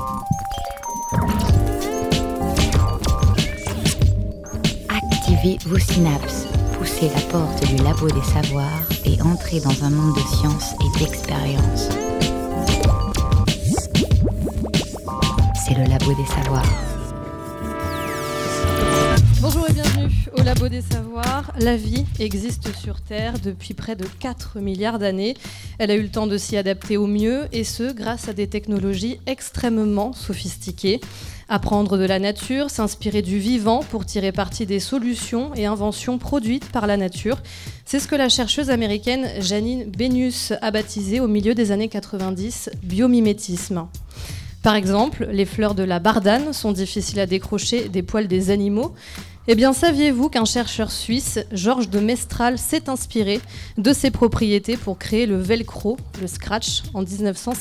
Activez vos synapses, poussez la porte du labo des savoirs et entrez dans un monde de science et d'expérience. C'est le labo des savoirs. Bonjour et bienvenue au Labo des Savoirs. La vie existe sur Terre depuis près de 4 milliards d'années. Elle a eu le temps de s'y adapter au mieux, et ce, grâce à des technologies extrêmement sophistiquées. Apprendre de la nature, s'inspirer du vivant pour tirer parti des solutions et inventions produites par la nature. C'est ce que la chercheuse américaine Janine Benyus a baptisé au milieu des années 90 biomimétisme. Par exemple, les fleurs de la bardane sont difficiles à décrocher des poils des animaux. Eh bien, saviez-vous qu'un chercheur suisse, Georges de Mestral, s'est inspiré de ses propriétés pour créer le velcro, le scratch, en 1951 ?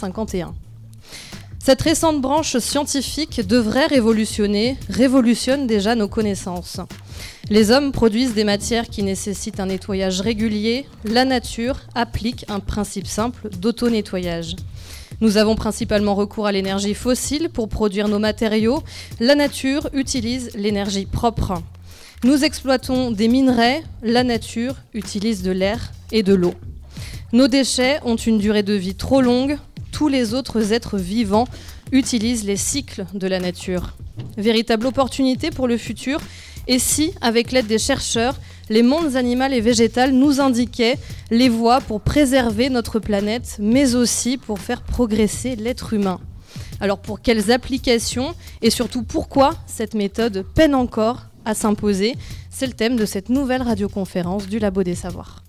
Cette récente branche scientifique devrait révolutionne déjà nos connaissances. Les hommes produisent des matières qui nécessitent un nettoyage régulier. La nature applique un principe simple d'auto-nettoyage. Nous avons principalement recours à l'énergie fossile pour produire nos matériaux. La nature utilise l'énergie propre. Nous exploitons des minerais. La nature utilise de l'air et de l'eau. Nos déchets ont une durée de vie trop longue. Tous les autres êtres vivants utilisent les cycles de la nature. Véritable opportunité pour le futur. Et si, avec l'aide des chercheurs, les mondes animal et végétal nous indiquaient les voies pour préserver notre planète, mais aussi pour faire progresser l'être humain. Alors pour quelles applications et surtout pourquoi cette méthode peine encore à s'imposer ? C'est le thème de cette nouvelle radioconférence du Labo des Savoirs.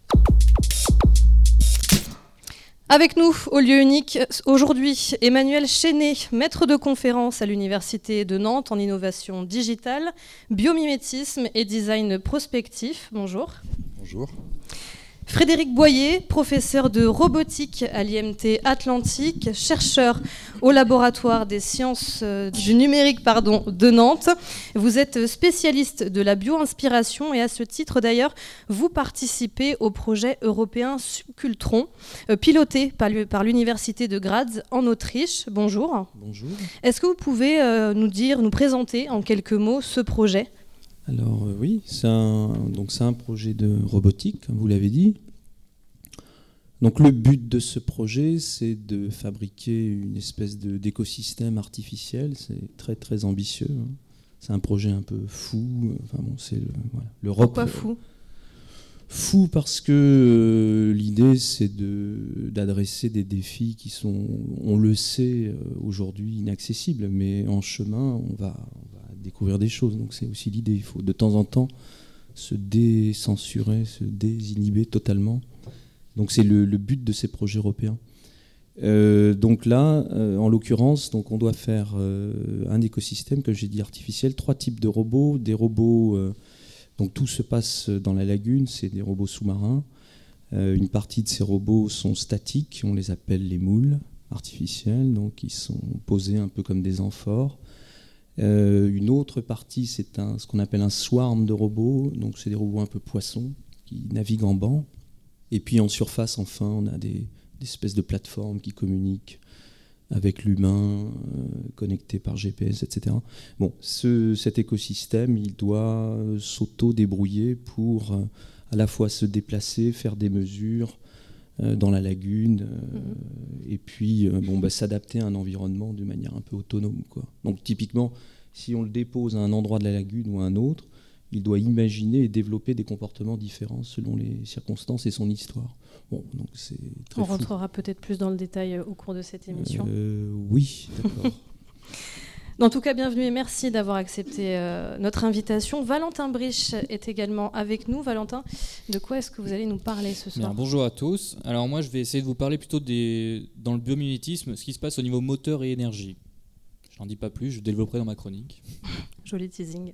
Avec nous, au lieu unique, aujourd'hui, Emmanuel Chénet, maître de conférence à l'Université de Nantes en innovation digitale, biomimétisme et design prospectif. Bonjour. Bonjour. Frédéric Boyer, professeur de robotique à l'IMT Atlantique, chercheur au laboratoire des sciences du numérique de Nantes. Vous êtes spécialiste de la bio-inspiration et à ce titre d'ailleurs, vous participez au projet européen Subcultron, piloté par l'Université de Graz en Autriche. Bonjour. Bonjour. Est-ce que vous pouvez nous présenter en quelques mots ce projet ? Alors oui, c'est un projet de robotique, comme vous l'avez dit. Donc le but de ce projet, c'est de fabriquer une espèce d'écosystème artificiel. C'est très très ambitieux. Hein. C'est un projet un peu fou. Enfin bon, c'est l'Europe. Pourquoi fou ? Fou parce que l'idée, c'est d'adresser des défis qui sont, on le sait, aujourd'hui inaccessibles, mais en chemin, on va découvrir des choses. Donc c'est aussi l'idée. Il faut de temps en temps se décensurer, se désinhiber totalement. Donc c'est le but de ces projets européens. Donc là, en l'occurrence, donc on doit faire un écosystème, comme j'ai dit, artificiel, 3 types de robots. Des robots, donc tout se passe dans la lagune, c'est des robots sous-marins. Une partie de ces robots sont statiques, on les appelle les moules artificiels, donc ils sont posés un peu comme des amphores. Une autre partie, c'est ce qu'on appelle un swarm de robots, donc c'est des robots un peu poissons qui naviguent en banc. Et puis en surface, enfin, on a des espèces de plateformes qui communiquent avec l'humain, connectés par GPS, etc. Bon, cet écosystème, il doit s'auto-débrouiller pour à la fois se déplacer, faire des mesures dans la lagune, et puis s'adapter à un environnement de manière un peu autonome, quoi. Donc typiquement, si on le dépose à un endroit de la lagune ou à un autre, il doit imaginer et développer des comportements différents selon les circonstances et son histoire. Bon, donc c'est très On fou. rentrera peut-être plus dans le détail au cours de cette émission. Oui, d'accord. En tout cas, bienvenue et merci d'avoir accepté notre invitation. Valentin Brich est également avec nous. Valentin, de quoi est-ce que vous allez nous parler ce soir ? Bien, bonjour à tous. Alors moi, je vais essayer de vous parler plutôt dans le biomimétisme, ce qui se passe au niveau moteur et énergie. Je n'en dis pas plus, je développerai dans ma chronique. Joli teasing.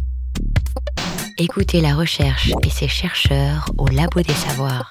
Écoutez la recherche et ses chercheurs au Labo des Savoirs.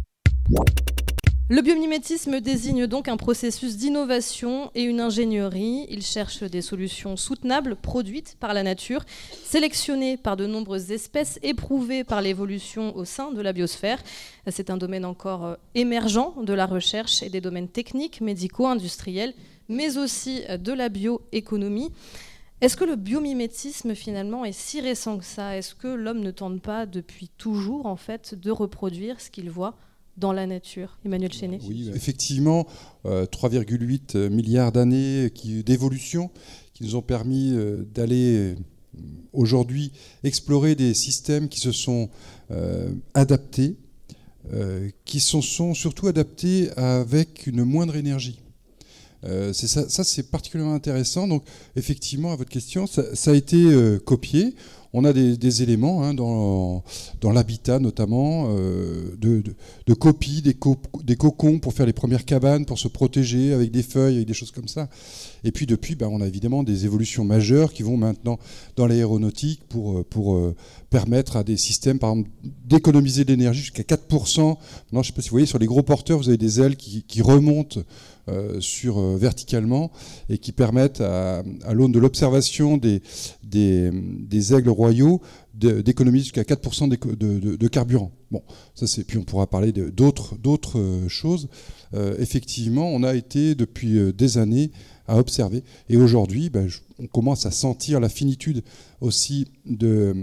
Le biomimétisme désigne donc un processus d'innovation et une ingénierie. Il cherche des solutions soutenables, produites par la nature, sélectionnées par de nombreuses espèces, éprouvées par l'évolution au sein de la biosphère. C'est un domaine encore émergent de la recherche et des domaines techniques, médicaux, industriels, mais aussi de la bioéconomie. Est-ce que le biomimétisme, finalement, est si récent que ça ? Est-ce que l'homme ne tente pas depuis toujours, en fait, de reproduire ce qu'il voit dans la nature ? Emmanuel Chénet. Oui, effectivement, 3,8 milliards d'années d'évolution qui nous ont permis d'aller aujourd'hui explorer des systèmes qui se sont adaptés, qui se sont surtout adaptés avec une moindre énergie. C'est ça, c'est particulièrement intéressant. Donc, effectivement, à votre question, ça a été copié. On a des éléments dans l'habitat, notamment, de copies, des cocons pour faire les premières cabanes, pour se protéger avec des feuilles, avec des choses comme ça. Et puis, depuis, on a évidemment des évolutions majeures qui vont maintenant dans l'aéronautique pour permettre à des systèmes, par exemple, d'économiser de l'énergie jusqu'à 4%. Non, je ne sais pas si vous voyez, sur les gros porteurs, vous avez des ailes qui remontent verticalement et qui permettent à l'aune de l'observation des aigles royaux d'économiser jusqu'à 4% de carburant. Bon, ça c'est. Puis on pourra parler d'autres choses. Effectivement, on a été depuis des années à observer. Et aujourd'hui, on commence à sentir la finitude aussi de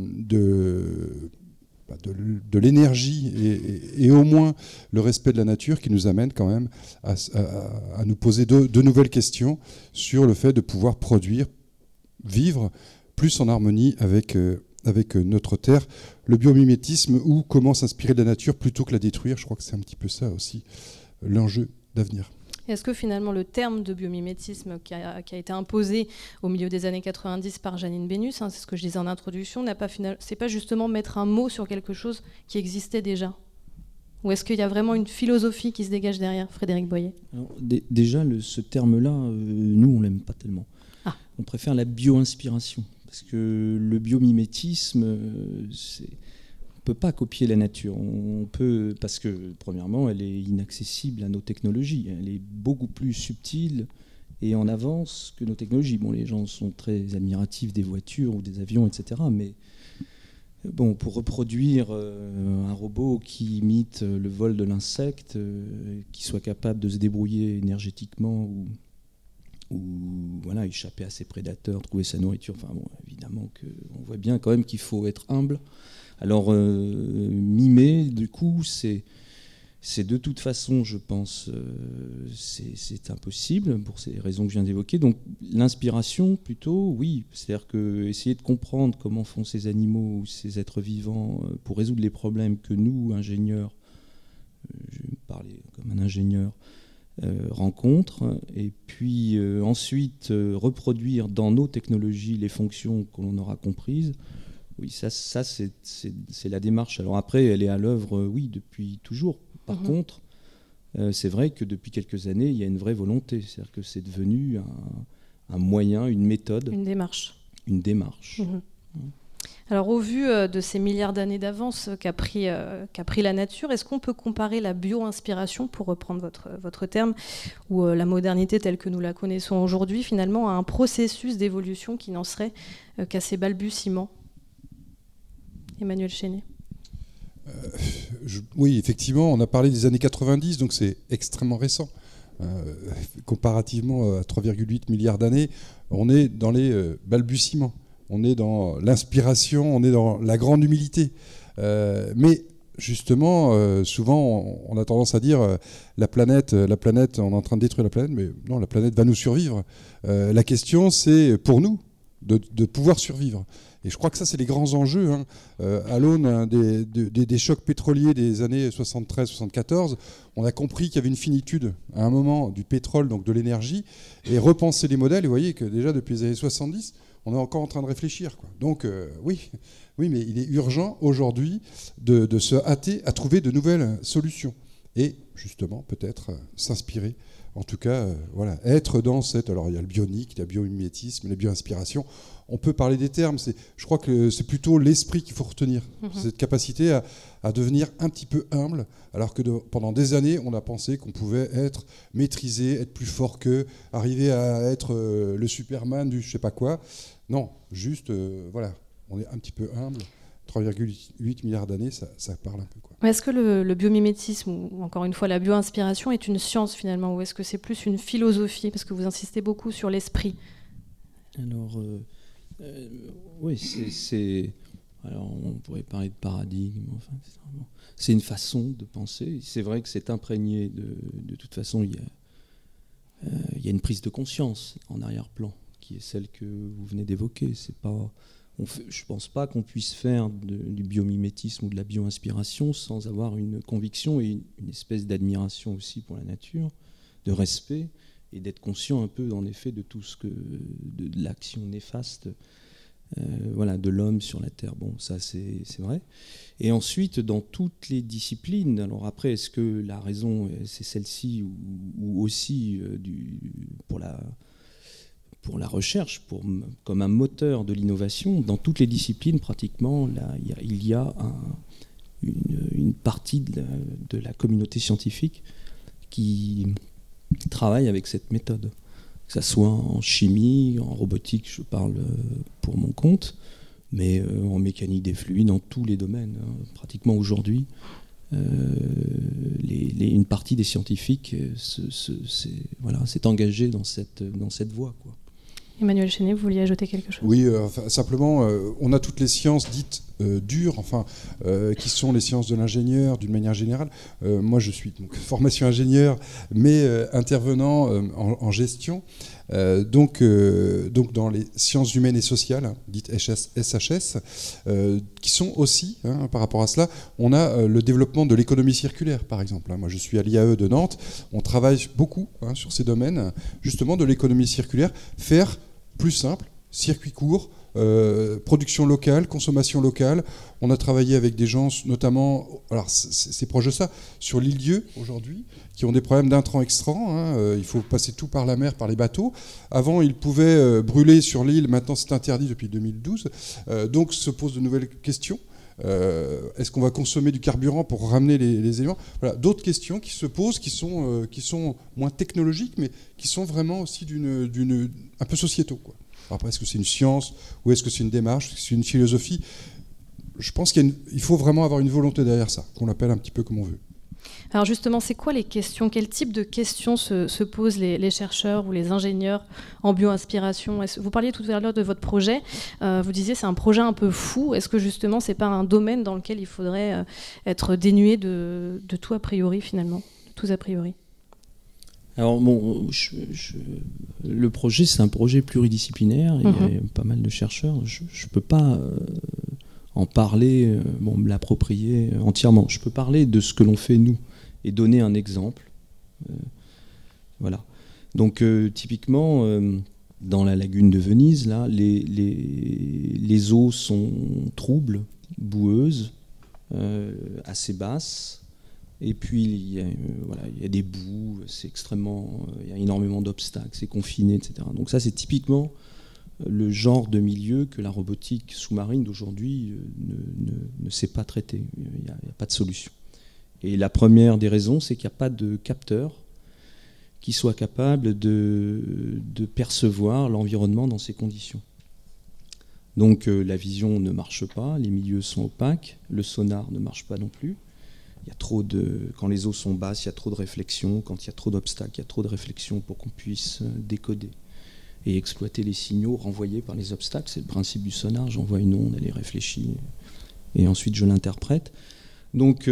l'énergie et au moins le respect de la nature qui nous amène quand même à nous poser de nouvelles questions sur le fait de pouvoir produire, vivre plus en harmonie avec notre terre. Le biomimétisme ou comment s'inspirer de la nature plutôt que la détruire, je crois que c'est un petit peu ça aussi l'enjeu d'avenir. Est-ce que finalement le terme de biomimétisme qui a été imposé au milieu des années 90 par Janine Benyus, c'est ce que je disais en introduction, c'est pas justement mettre un mot sur quelque chose qui existait déjà ? Ou est-ce qu'il y a vraiment une philosophie qui se dégage derrière, Frédéric Boyer ? Alors, déjà, ce terme-là, nous, on l'aime pas tellement. Ah. On préfère la bio-inspiration. Parce que le biomimétisme, on ne peut pas copier la nature. On peut, parce que, premièrement, elle est inaccessible à nos technologies. Elle est beaucoup plus subtile et en avance que nos technologies. Bon, les gens sont très admiratifs des voitures ou des avions, etc. Mais bon, pour reproduire un robot qui imite le vol de l'insecte, qui soit capable de se débrouiller énergétiquement ou voilà, échapper à ses prédateurs, trouver sa nourriture, enfin bon, évidemment qu'on voit bien quand même qu'il faut être humble. Alors, mimer, du coup, c'est de toute façon, je pense, c'est impossible pour ces raisons que je viens d'évoquer. Donc, l'inspiration, plutôt, oui. C'est-à-dire que essayer de comprendre comment font ces animaux ou ces êtres vivants pour résoudre les problèmes que nous, ingénieurs, je vais parler comme un ingénieur, rencontre, et puis ensuite reproduire dans nos technologies les fonctions que l'on aura comprises. Oui, ça c'est la démarche. Alors après, elle est à l'œuvre, oui, depuis toujours. Par contre, c'est vrai que depuis quelques années, il y a une vraie volonté. C'est-à-dire que c'est devenu un moyen, une méthode. Une démarche. Une démarche. Alors, au vu de ces milliards d'années d'avance qu'a pris la nature, est-ce qu'on peut comparer la bio-inspiration, pour reprendre votre terme, ou la modernité telle que nous la connaissons aujourd'hui, finalement, à un processus d'évolution qui n'en serait qu'à ses balbutiements ? Emmanuel Chénet. Oui, effectivement, on a parlé des années 90, donc c'est extrêmement récent. Comparativement à 3,8 milliards d'années, on est dans les balbutiements. On est dans l'inspiration, on est dans la grande humilité. Mais justement, souvent, on a tendance à dire la planète, on est en train de détruire la planète, mais non, la planète va nous survivre. La question, c'est pour nous de pouvoir survivre. Et je crois que ça, c'est les grands enjeux. À l'aune des chocs pétroliers des années 73-74, on a compris qu'il y avait une finitude à un moment du pétrole, donc de l'énergie, et repenser les modèles. Et vous voyez que déjà depuis les années 70, on est encore en train de réfléchir, quoi. Donc oui, mais il est urgent aujourd'hui de se hâter à trouver de nouvelles solutions. Et justement, peut-être s'inspirer. En tout cas, voilà, être dans cette... Alors, il y a le bionique, le biomimétisme, la bio-inspiration. On peut parler des termes. Je crois que c'est plutôt l'esprit qu'il faut retenir. Cette capacité à devenir un petit peu humble, alors que pendant des années, on a pensé qu'on pouvait être maîtrisé, être plus fort qu'eux, arriver à être le Superman du je sais pas quoi. Non, juste, voilà, on est un petit peu humble. 3,8 milliards d'années, ça parle un peu, quoi. Mais est-ce que le biomimétisme, ou encore une fois la bio-inspiration, est une science finalement, ou est-ce que c'est plus une philosophie? Parce que vous insistez beaucoup sur l'esprit. Alors, oui, alors, on pourrait parler de paradigme. Enfin, c'est une façon de penser. C'est vrai que c'est imprégné de toute façon. Il y a une prise de conscience en arrière-plan, qui est celle que vous venez d'évoquer. C'est pas, je ne pense pas qu'on puisse faire du biomimétisme ou de la bio-inspiration sans avoir une conviction et une espèce d'admiration aussi pour la nature, de respect, et d'être conscient un peu, en effet, de tout ce que, de l'action néfaste de l'homme sur la Terre. Bon, ça c'est vrai. Et ensuite, dans toutes les disciplines, alors après, est-ce que la raison, c'est celle-ci ou aussi pour la recherche, comme un moteur de l'innovation, dans toutes les disciplines, pratiquement, là, il y a une partie de la communauté scientifique qui travaille avec cette méthode. Que ça soit en chimie, en robotique, je parle pour mon compte, mais en mécanique des fluides, dans tous les domaines. Pratiquement aujourd'hui, une partie des scientifiques s'est engagée dans cette voie, quoi. Emmanuel Chenet, vous vouliez ajouter quelque chose? Oui, simplement, on a toutes les sciences dites dures, qui sont les sciences de l'ingénieur d'une manière générale. Moi, je suis donc formation ingénieur, mais intervenant en gestion. Donc dans les sciences humaines et sociales, dites SHS, qui sont aussi, par rapport à cela, on a le développement de l'économie circulaire, par exemple. Moi, je suis à l'IAE de Nantes. On travaille beaucoup sur ces domaines, justement, de l'économie circulaire, faire plus simple, circuit court, production locale, consommation locale. On a travaillé avec des gens, notamment, alors c'est proche de ça, sur l'île Dieu aujourd'hui, qui ont des problèmes d'intrants-extrants. Il faut passer tout par la mer, par les bateaux. Avant, ils pouvaient brûler sur l'île. Maintenant, c'est interdit depuis 2012. Donc, se posent de nouvelles questions. Est-ce qu'on va consommer du carburant pour ramener les éléments? Voilà, d'autres questions qui se posent, qui sont moins technologiques, mais qui sont vraiment aussi un peu sociétaux, quoi. Alors après, est-ce que c'est une science ou est-ce que c'est une démarche, est-ce que c'est une philosophie? Je pense qu'il faut vraiment avoir une volonté derrière ça, qu'on l'appelle un petit peu comme on veut. Alors justement, c'est quoi les questions? Quel type de questions se posent les chercheurs ou les ingénieurs en bio-inspiration? Vous parliez tout à l'heure de votre projet. Vous disiez c'est un projet un peu fou. Est-ce que justement, c'est pas un domaine dans lequel il faudrait être dénué de tout a priori finalement, tous a priori? Alors bon, le projet, c'est un projet pluridisciplinaire. Il y a pas mal de chercheurs. Je ne peux pas en parler, me l'approprier entièrement. Je peux parler de ce que l'on fait nous et donner un exemple. Voilà. Donc typiquement, dans la lagune de Venise, là, les eaux sont troubles, boueuses, assez basses. Et puis il y a des boues, c'est extrêmement, il y a énormément d'obstacles, c'est confiné, etc. Donc ça, c'est typiquement le genre de milieu que la robotique sous-marine d'aujourd'hui ne sait pas traiter. Il n'y a pas de solution. Et la première des raisons, c'est qu'il n'y a pas de capteur qui soit capable de percevoir l'environnement dans ces conditions. Donc la vision ne marche pas, les milieux sont opaques, le sonar ne marche pas non plus. Il y a quand les eaux sont basses, il y a trop de réflexion. Quand il y a trop d'obstacles, il y a trop de réflexion pour qu'on puisse décoder et exploiter les signaux renvoyés par les obstacles. C'est le principe du sonar. J'envoie une onde, elle est réfléchie et ensuite je l'interprète. Donc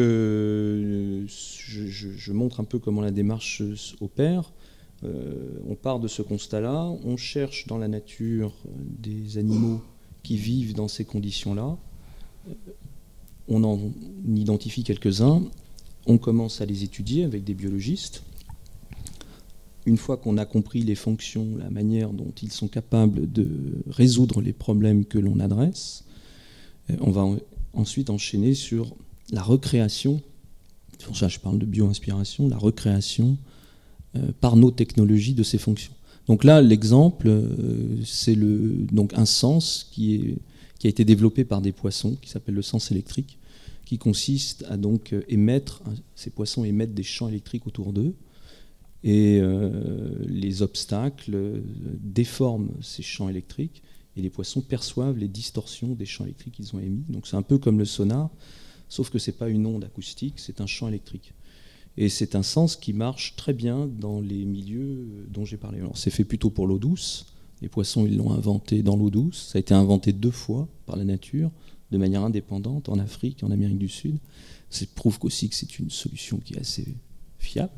je montre un peu comment la démarche opère. On part de ce constat-là. On cherche dans la nature des animaux qui vivent dans ces conditions-là. On en identifie quelques-uns, on commence à les étudier avec des biologistes. Une fois qu'on a compris les fonctions, la manière dont ils sont capables de résoudre les problèmes que l'on adresse, on va ensuite enchaîner sur la recréation, c'est pour ça que je parle de bio-inspiration, la recréation par nos technologies de ces fonctions. Donc là, l'exemple, c'est un sens qui a été développé par des poissons, qui s'appelle le sens électrique, qui consiste à donc ces poissons émettent des champs électriques autour d'eux, et les obstacles déforment ces champs électriques, et les poissons perçoivent les distorsions des champs électriques qu'ils ont émis. Donc c'est un peu comme le sonar, sauf que ce n'est pas une onde acoustique, c'est un champ électrique. Et c'est un sens qui marche très bien dans les milieux dont j'ai parlé. Alors c'est fait plutôt pour l'eau douce. Les poissons, ils l'ont inventé dans l'eau douce. Ça a été inventé 2 fois par la nature, de manière indépendante, en Afrique, en Amérique du Sud. Ça prouve aussi que c'est une solution qui est assez fiable.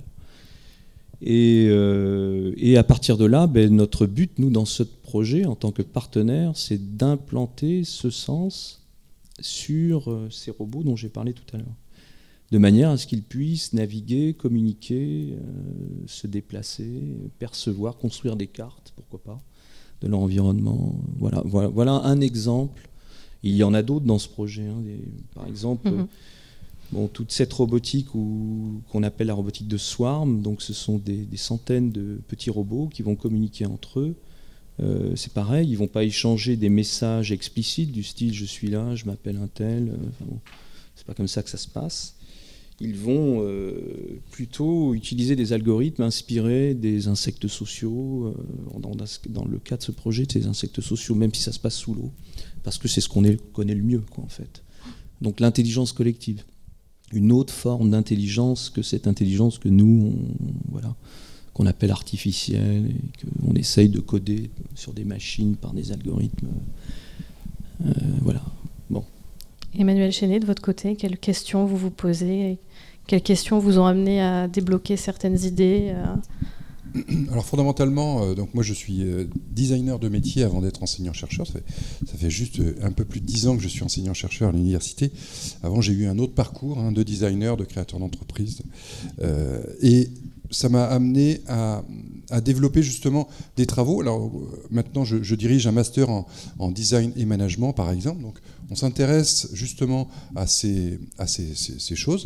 Et à partir de là, notre but, nous, dans ce projet, en tant que partenaire, c'est d'implanter ce sens sur ces robots dont j'ai parlé tout à l'heure, de manière à ce qu'ils puissent naviguer, communiquer, se déplacer, percevoir, construire des cartes, pourquoi pas, de leur environnement. Voilà un exemple. Il y en a d'autres dans ce projet. Par exemple, toute cette robotique qu'on appelle la robotique de swarm, donc ce sont des centaines de petits robots qui vont communiquer entre eux. C'est pareil, ils ne vont pas échanger des messages explicites du style « je suis là, je m'appelle un tel ». C'est pas comme ça que ça se passe. Ils vont plutôt utiliser des algorithmes inspirés des insectes sociaux, dans le cas de ce projet, des insectes sociaux, même si ça se passe sous l'eau, parce que c'est ce qu'on connaît le mieux, en fait. Donc l'intelligence collective, une autre forme d'intelligence que cette intelligence que nous, qu'on appelle artificielle, et qu'on essaye de coder sur des machines par des algorithmes. Bon. Emmanuel Chénet, de votre côté, quelles questions vous vous posez? Quelles questions vous ont amené à débloquer certaines idées? Alors fondamentalement, donc moi je suis designer de métier avant d'être enseignant-chercheur. Ça fait juste un peu plus de 10 ans que je suis enseignant-chercheur à l'université. Avant j'ai eu un autre parcours de designer, de créateur d'entreprise. Et ça m'a amené à développer justement des travaux. Alors maintenant je dirige un master en design et management par exemple. Donc on s'intéresse justement à ces choses,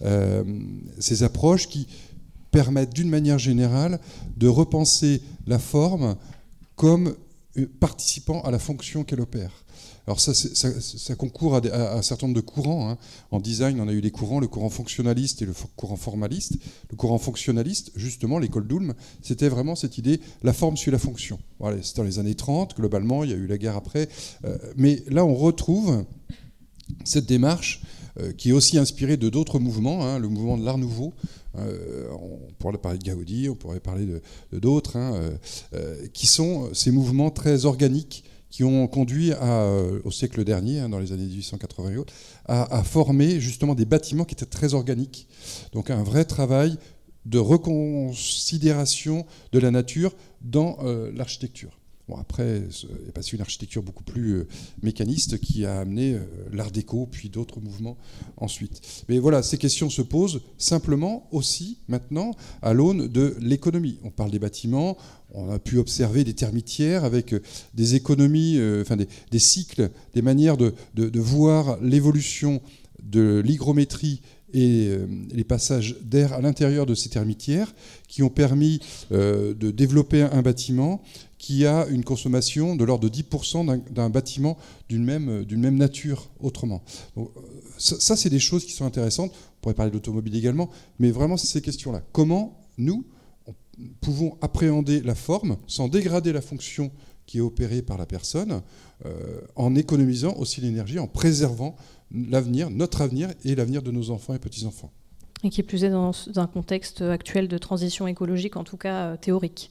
ces approches qui permettent d'une manière générale de repenser la forme comme participant à la fonction qu'elle opère. Alors ça concourt à un certain nombre de courants. En design, on a eu des courants, le courant fonctionnaliste et le courant formaliste. Le courant fonctionnaliste, justement, l'école d'Ulm, c'était vraiment cette idée, la forme suit la fonction. Voilà, c'était dans les années 30, globalement, il y a eu la guerre après. Mais là, on retrouve cette démarche qui est aussi inspirée de d'autres mouvements, le mouvement de l'Art Nouveau. On pourrait parler de Gaudi, on pourrait parler de d'autres, qui sont ces mouvements très organiques qui ont conduit au siècle dernier, dans les années 1880 et autres, à former justement des bâtiments qui étaient très organiques. Donc un vrai travail de reconsidération de la nature dans l'architecture. Bon, après, il y a passé une architecture beaucoup plus mécaniste qui a amené l'art déco, puis d'autres mouvements ensuite. Mais voilà, ces questions se posent simplement aussi maintenant à l'aune de l'économie. On parle des bâtiments, on a pu observer des termitières avec des économies, des cycles, des manières de voir l'évolution de l'hygrométrie et les passages d'air à l'intérieur de ces termitières qui ont permis de développer un bâtiment qui a une consommation de l'ordre de 10% d'un bâtiment d'une même nature autrement. Donc, ça, c'est des choses qui sont intéressantes. On pourrait parler d'automobile également, mais vraiment, c'est ces questions-là. Comment nous pouvons appréhender la forme sans dégrader la fonction qui est opérée par la personne, en économisant aussi l'énergie, en préservant l'avenir, notre avenir et l'avenir de nos enfants et petits-enfants. Et qui plus est dans un contexte actuel de transition écologique, en tout cas théorique.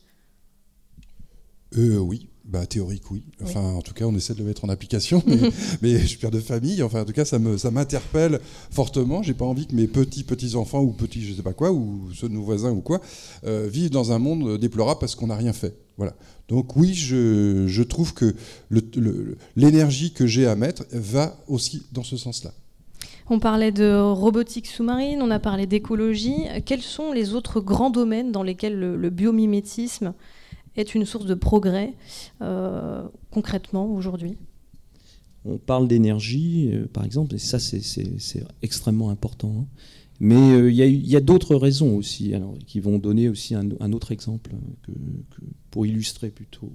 Oui, théorique, oui. Enfin, en tout cas, on essaie de le mettre en application, mais je suis père de famille. Enfin, en tout cas, ça m'interpelle fortement. J'ai pas envie que mes petits-enfants ou petits, je sais pas quoi, ou ceux de nos voisins ou quoi, vivent dans un monde déplorable parce qu'on n'a rien fait. Voilà. Donc oui, je trouve que l'énergie que j'ai à mettre va aussi dans ce sens-là. On parlait de robotique sous-marine, on a parlé d'écologie. Quels sont les autres grands domaines dans lesquels le biomimétisme est une source de progrès concrètement aujourd'hui? On parle d'énergie, par exemple, et ça c'est extrêmement important. Mais il y a d'autres raisons aussi, qui vont donner aussi un autre exemple pour illustrer plutôt.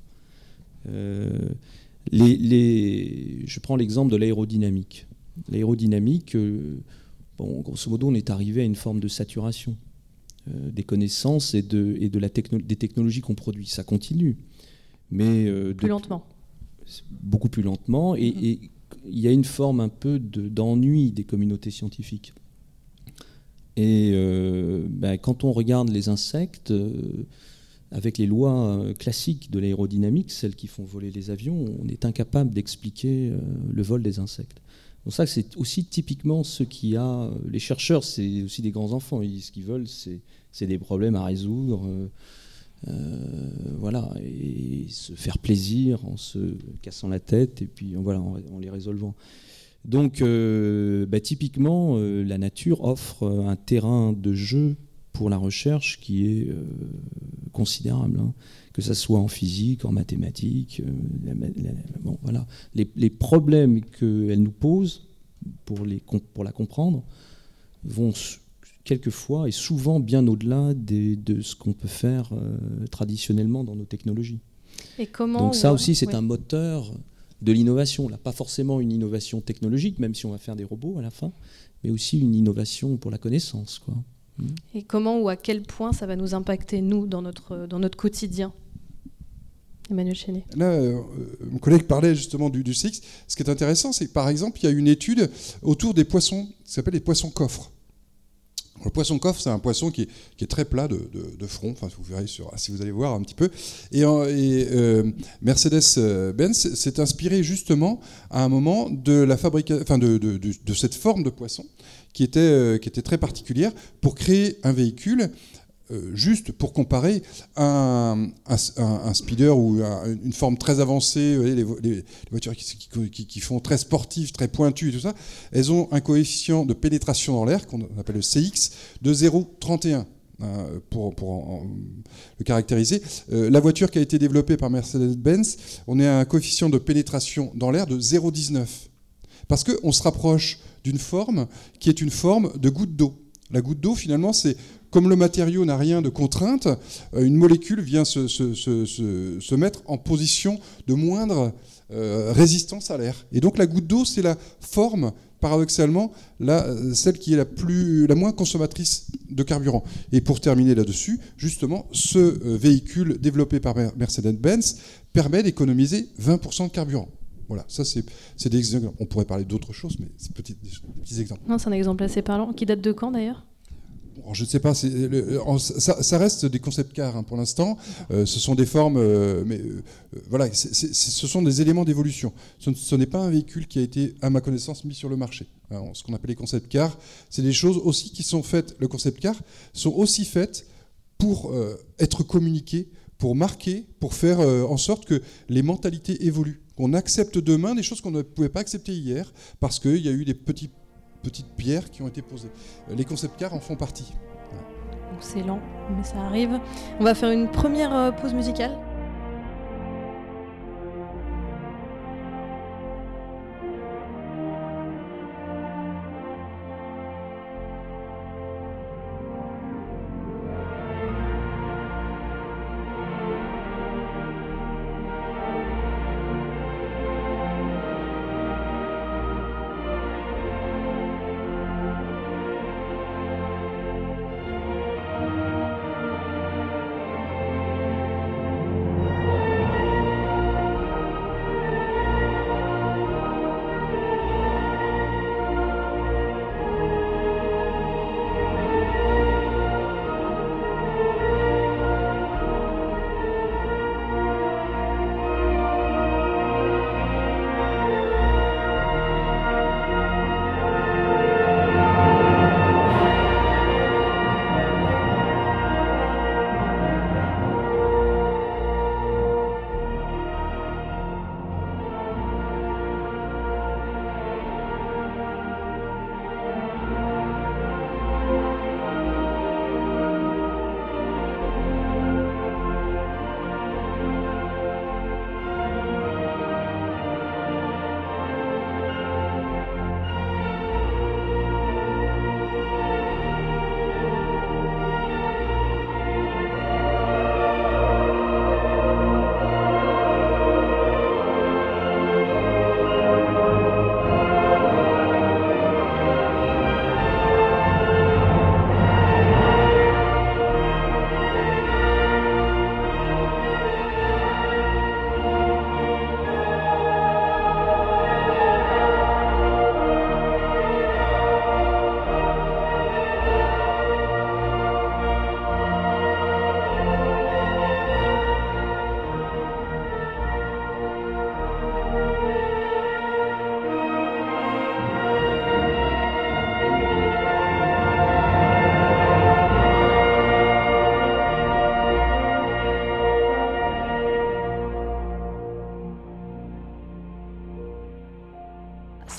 Je prends l'exemple de l'aérodynamique. L'aérodynamique, grosso modo, on est arrivé à une forme de saturation des connaissances et des technologies qu'on produit. Ça continue. Mais plus lentement. beaucoup plus lentement, et il y a une forme un peu d'ennui des communautés scientifiques. Et quand on regarde les insectes, avec les lois classiques de l'aérodynamique, celles qui font voler les avions, on est incapable d'expliquer le vol des insectes. Donc ça, c'est aussi typiquement ce qu'il y a. Les chercheurs, c'est aussi des grands enfants. Ce qu'ils veulent, c'est des problèmes à résoudre, voilà, et se faire plaisir en se cassant la tête, et puis voilà, en les résolvant. Donc, typiquement, la nature offre un terrain de jeu pour la recherche qui est considérable, hein. Que ça soit en physique, en mathématiques, voilà. Les problèmes qu'elle nous pose, pour la comprendre, vont quelquefois et souvent bien au-delà de ce qu'on peut faire traditionnellement dans nos technologies. Et comment Donc ça aussi, c'est un moteur de l'innovation. Là, pas forcément une innovation technologique, même si on va faire des robots à la fin, mais aussi une innovation pour la connaissance, quoi. Et comment ou à quel point ça va nous impacter, nous, dans notre quotidien? Emmanuel Chénet. Là, mon collègue parlait justement du CX. Ce qui est intéressant, c'est que par exemple, il y a une étude autour des poissons, qui s'appelle les poissons coffres. Le poisson coffre, c'est un poisson qui est très plat de front. Enfin, vous verrez si vous allez voir un petit peu. Et Mercedes-Benz s'est inspiré justement à un moment de la fabrication, de cette forme de poisson qui était très particulière pour créer un véhicule. Juste pour comparer un speeder ou une forme très avancée, les voitures qui font très sportives, très pointues et tout ça, elles ont un coefficient de pénétration dans l'air qu'on appelle le CX de 0,31 pour le caractériser. La voiture qui a été développée par Mercedes-Benz, on est à un coefficient de pénétration dans l'air de 0,19 parce qu'on se rapproche d'une forme qui est une forme de goutte d'eau. La goutte d'eau, finalement, c'est comme le matériau n'a rien de contrainte, une molécule vient se mettre en position de moindre résistance à l'air. Et donc la goutte d'eau, c'est la forme, paradoxalement, celle qui est la moins consommatrice de carburant. Et pour terminer là-dessus, justement, ce véhicule développé par Mercedes-Benz permet d'économiser 20% de carburant. Voilà, ça c'est des exemples. On pourrait parler d'autres choses, mais c'est des petits exemples. Non, c'est un exemple assez parlant. Qui date de quand d'ailleurs ? Je ne sais pas, ça reste des concept cars, hein, pour l'instant. Ce sont des formes, voilà, ce sont des éléments d'évolution. Ce n'est pas un véhicule qui a été, à ma connaissance, mis sur le marché. Alors, ce qu'on appelle les concept cars, c'est des choses aussi qui sont faites. Le concept car sont aussi faites pour être communiquées, pour marquer, pour faire en sorte que les mentalités évoluent. Qu'on accepte demain des choses qu'on ne pouvait pas accepter hier parce qu'il y a eu des petites pierres qui ont été posées. Les concept cars en font partie. Donc c'est lent, mais ça arrive. On va faire une première pause musicale.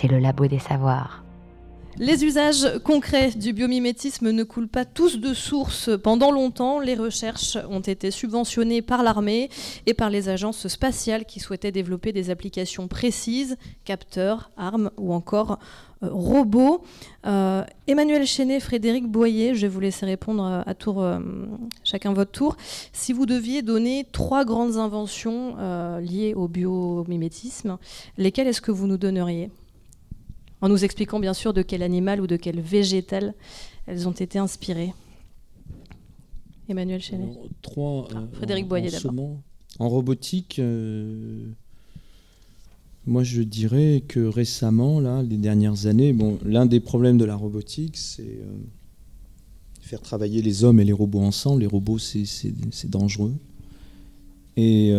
c'est le labo des savoirs. Les usages concrets du biomimétisme ne coulent pas tous de source. Pendant longtemps, les recherches ont été subventionnées par l'armée et par les agences spatiales qui souhaitaient développer des applications précises, capteurs, armes ou encore robots. Emmanuel Chenet, Frédéric Boyer, je vais vous laisser répondre à tour, chacun votre tour. Si vous deviez donner 3 grandes inventions liées au biomimétisme, lesquelles est-ce que vous nous donneriez ? En nous expliquant bien sûr de quel animal ou de quel végétal elles ont été inspirées. Emmanuel Chenet. Frédéric Boyer d'abord. En robotique, moi je dirais que récemment, là, les dernières années, l'un des problèmes de la robotique, c'est faire travailler les hommes et les robots ensemble. Les robots, c'est dangereux. Et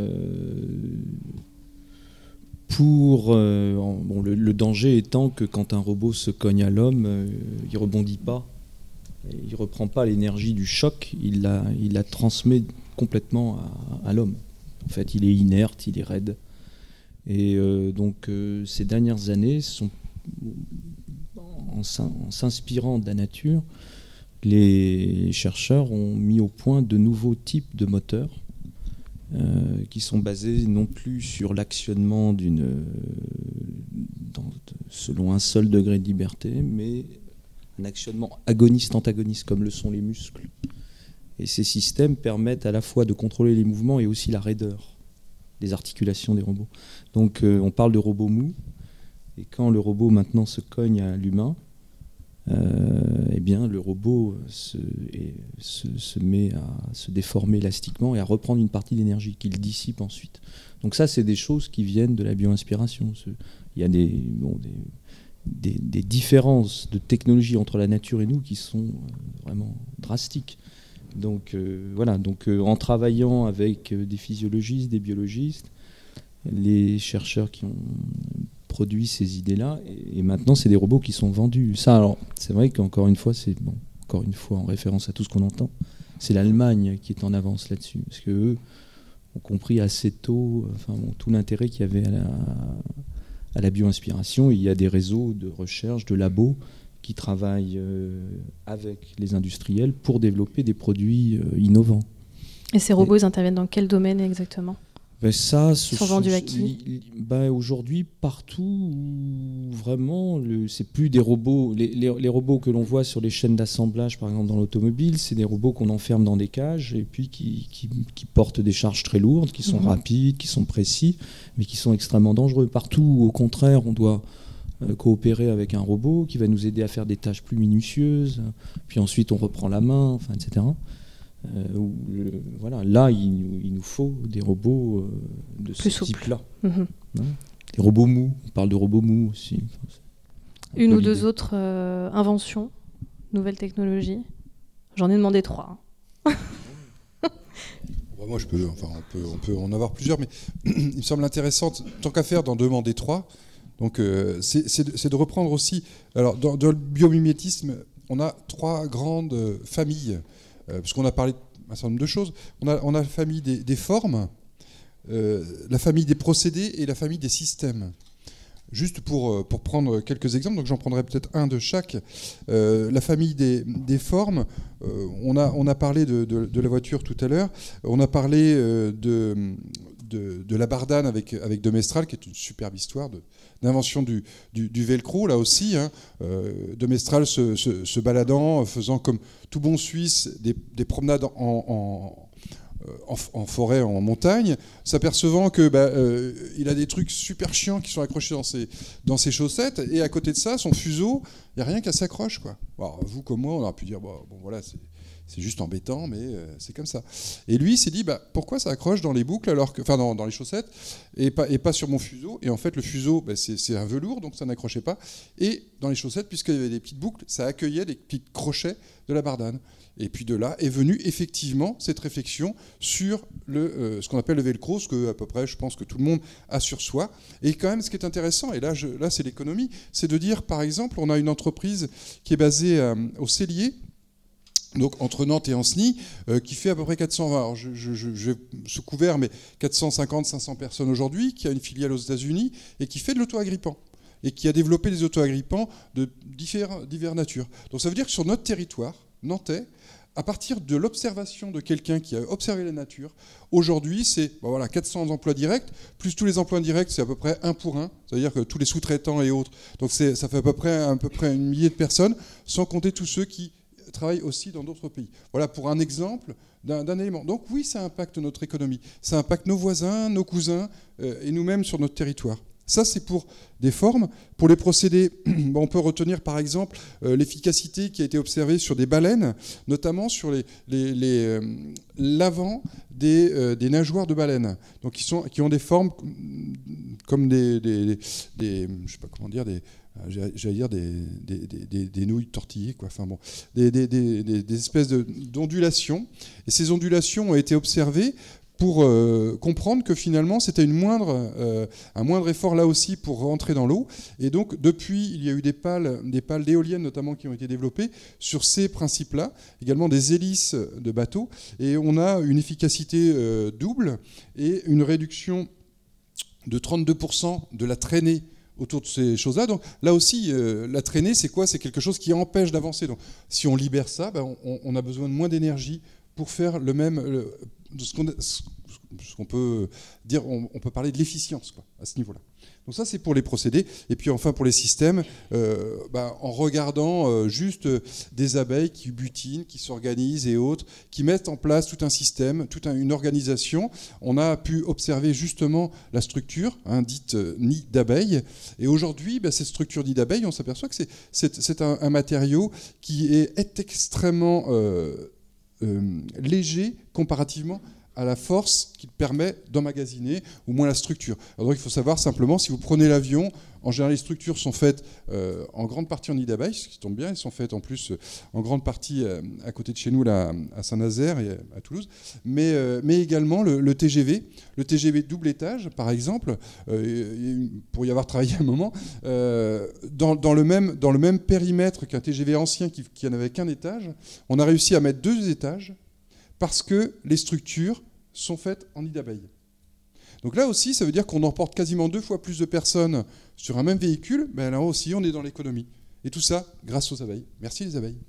le danger étant que quand un robot se cogne à l'homme, il rebondit pas, il reprend pas l'énergie du choc, il la transmet complètement à l'homme. En fait, il est inerte, il est raide. Et ces dernières années, en s'inspirant de la nature, les chercheurs ont mis au point de nouveaux types de moteurs qui sont basés non plus sur l'actionnement selon un seul degré de liberté, mais un actionnement agoniste-antagoniste, comme le sont les muscles. Et ces systèmes permettent à la fois de contrôler les mouvements et aussi la raideur des articulations des robots. Donc on parle de robots mous, et quand le robot maintenant se cogne à l'humain, le robot se met à se déformer élastiquement et à reprendre une partie d'énergie qu'il dissipe ensuite. Donc ça, c'est des choses qui viennent de la bio-inspiration. Il y a des différences de technologie entre la nature et nous qui sont vraiment drastiques. Donc en travaillant avec des physiologistes, des biologistes, les chercheurs qui ont produit ces idées-là, et maintenant c'est des robots qui sont vendus. Ça, alors, c'est vrai qu'encore une fois, encore une fois en référence à tout ce qu'on entend, c'est l'Allemagne qui est en avance là-dessus, parce qu'eux ont compris assez tôt tout l'intérêt qu'il y avait à la bio-inspiration. Il y a des réseaux de recherche, de labos qui travaillent avec les industriels pour développer des produits innovants. Et ces robots, ils interviennent dans quel domaine exactement ? Ils sont vendus à qui ? Aujourd'hui, partout, vraiment, c'est plus des robots. Les robots que l'on voit sur les chaînes d'assemblage, par exemple dans l'automobile, c'est des robots qu'on enferme dans des cages et puis qui portent des charges très lourdes, qui sont rapides, qui sont précis, mais qui sont extrêmement dangereux. Partout, au contraire, on doit coopérer avec un robot qui va nous aider à faire des tâches plus minutieuses, puis ensuite on reprend la main, etc. Là, il nous faut des robots de ce type-là. Des robots mous, on parle de robots mous aussi. Une ou deux autres inventions, nouvelles technologies. J'en ai demandé 3. Moi, on peut en avoir plusieurs, mais il me semble intéressant, tant qu'à faire, d'en demander 3. Donc, c'est de reprendre aussi. Alors, dans le biomimétisme, on a 3 grandes familles. Parce qu'on a parlé d'un certain nombre de choses. On a la famille des formes, la famille des procédés et la famille des systèmes. Juste pour prendre quelques exemples, donc j'en prendrai peut-être un de chaque. La famille des formes, on a parlé de la voiture tout à l'heure, on a parlé de la Bardane avec de Mestral, qui est une superbe histoire d'invention du velcro, là aussi. De Mestral se baladant, faisant comme tout bon Suisse des promenades en forêt, en montagne, s'apercevant que il a des trucs super chiants qui sont accrochés dans ses chaussettes, et à côté de ça, son fuseau, il n'y a rien qui s'accroche, quoi. Alors, vous comme moi, on aurait pu dire c'est juste embêtant, mais c'est comme ça. Et lui, il s'est dit, pourquoi ça accroche dans les boucles, dans les chaussettes, et pas sur mon fuseau. Et en fait, le fuseau, c'est un velours, donc ça n'accrochait pas. Et dans les chaussettes, puisqu'il y avait des petites boucles, ça accueillait les petits crochets de la Bardane. Et puis de là est venue effectivement cette réflexion sur ce qu'on appelle le velcro, ce que à peu près je pense que tout le monde a sur soi. Et quand même, ce qui est intéressant, et là c'est l'économie, c'est de dire, par exemple, on a une entreprise qui est basée au Cellier, donc entre Nantes et Ancenis, qui fait à peu près 420, alors je sous couvert, mais 450-500 personnes aujourd'hui, qui a une filiale aux États-Unis et qui fait de l'auto-agrippant. et qui a développé des auto-agrippants de diverses natures. Donc ça veut dire que sur notre territoire nantais, à partir de l'observation de quelqu'un qui a observé la nature, aujourd'hui, c'est 400 emplois directs, plus tous les emplois indirects, c'est à peu près 1 pour 1, c'est-à-dire que tous les sous-traitants et autres. Donc ça fait à peu près 1 millier de personnes, sans compter tous ceux qui travaillent aussi dans d'autres pays. Voilà pour un exemple d'un élément. Donc oui, ça impacte notre économie, ça impacte nos voisins, nos cousins et nous-mêmes sur notre territoire. Ça, c'est pour des formes. Pour les procédés, on peut retenir par exemple l'efficacité qui a été observée sur des baleines, notamment sur l'avant des nageoires de baleines, donc qui ont des formes comme des je sais pas comment dire, j'allais dire des nouilles tortillées, quoi. Enfin bon, des espèces d'ondulations. Et ces ondulations ont été observées pour comprendre que finalement c'était un moindre effort là aussi pour rentrer dans l'eau. Et donc depuis, il y a eu des pales d'éoliennes notamment qui ont été développées sur ces principes-là, également des hélices de bateaux. Et on a une efficacité double et une réduction de 32% de la traînée autour de ces choses-là. Donc là aussi, la traînée, c'est quoi ? C'est quelque chose qui empêche d'avancer. Donc si on libère ça, on a besoin de moins d'énergie pour faire le même... ce qu'on peut dire, on peut parler de l'efficience, quoi, à ce niveau-là. Donc ça, c'est pour les procédés. Et puis enfin, pour les systèmes, en regardant juste des abeilles qui butinent, qui s'organisent et autres, qui mettent en place tout un système, toute une organisation, on a pu observer justement la structure, dite nid d'abeilles. Et aujourd'hui, cette structure nid d'abeilles, on s'aperçoit que c'est un matériau qui est extrêmement léger comparativement à la force qu'il permet d'emmagasiner, ou moins la structure. Alors, il faut savoir simplement, si vous prenez l'avion, en général, les structures sont faites en grande partie en nid d'abeilles, ce qui tombe bien. Elles sont faites en plus en grande partie à côté de chez nous, là, à Saint-Nazaire et à Toulouse. Mais également le TGV. Le TGV double étage, par exemple, pour y avoir travaillé un moment, dans le même périmètre qu'un TGV ancien qui n'avait qu'un étage, on a réussi à mettre 2 étages parce que les structures sont faites en nid d'abeilles. Donc là aussi, ça veut dire qu'on emporte quasiment 2 fois plus de personnes sur un même véhicule. Là aussi, on est dans l'économie. Et tout ça grâce aux abeilles. Merci les abeilles.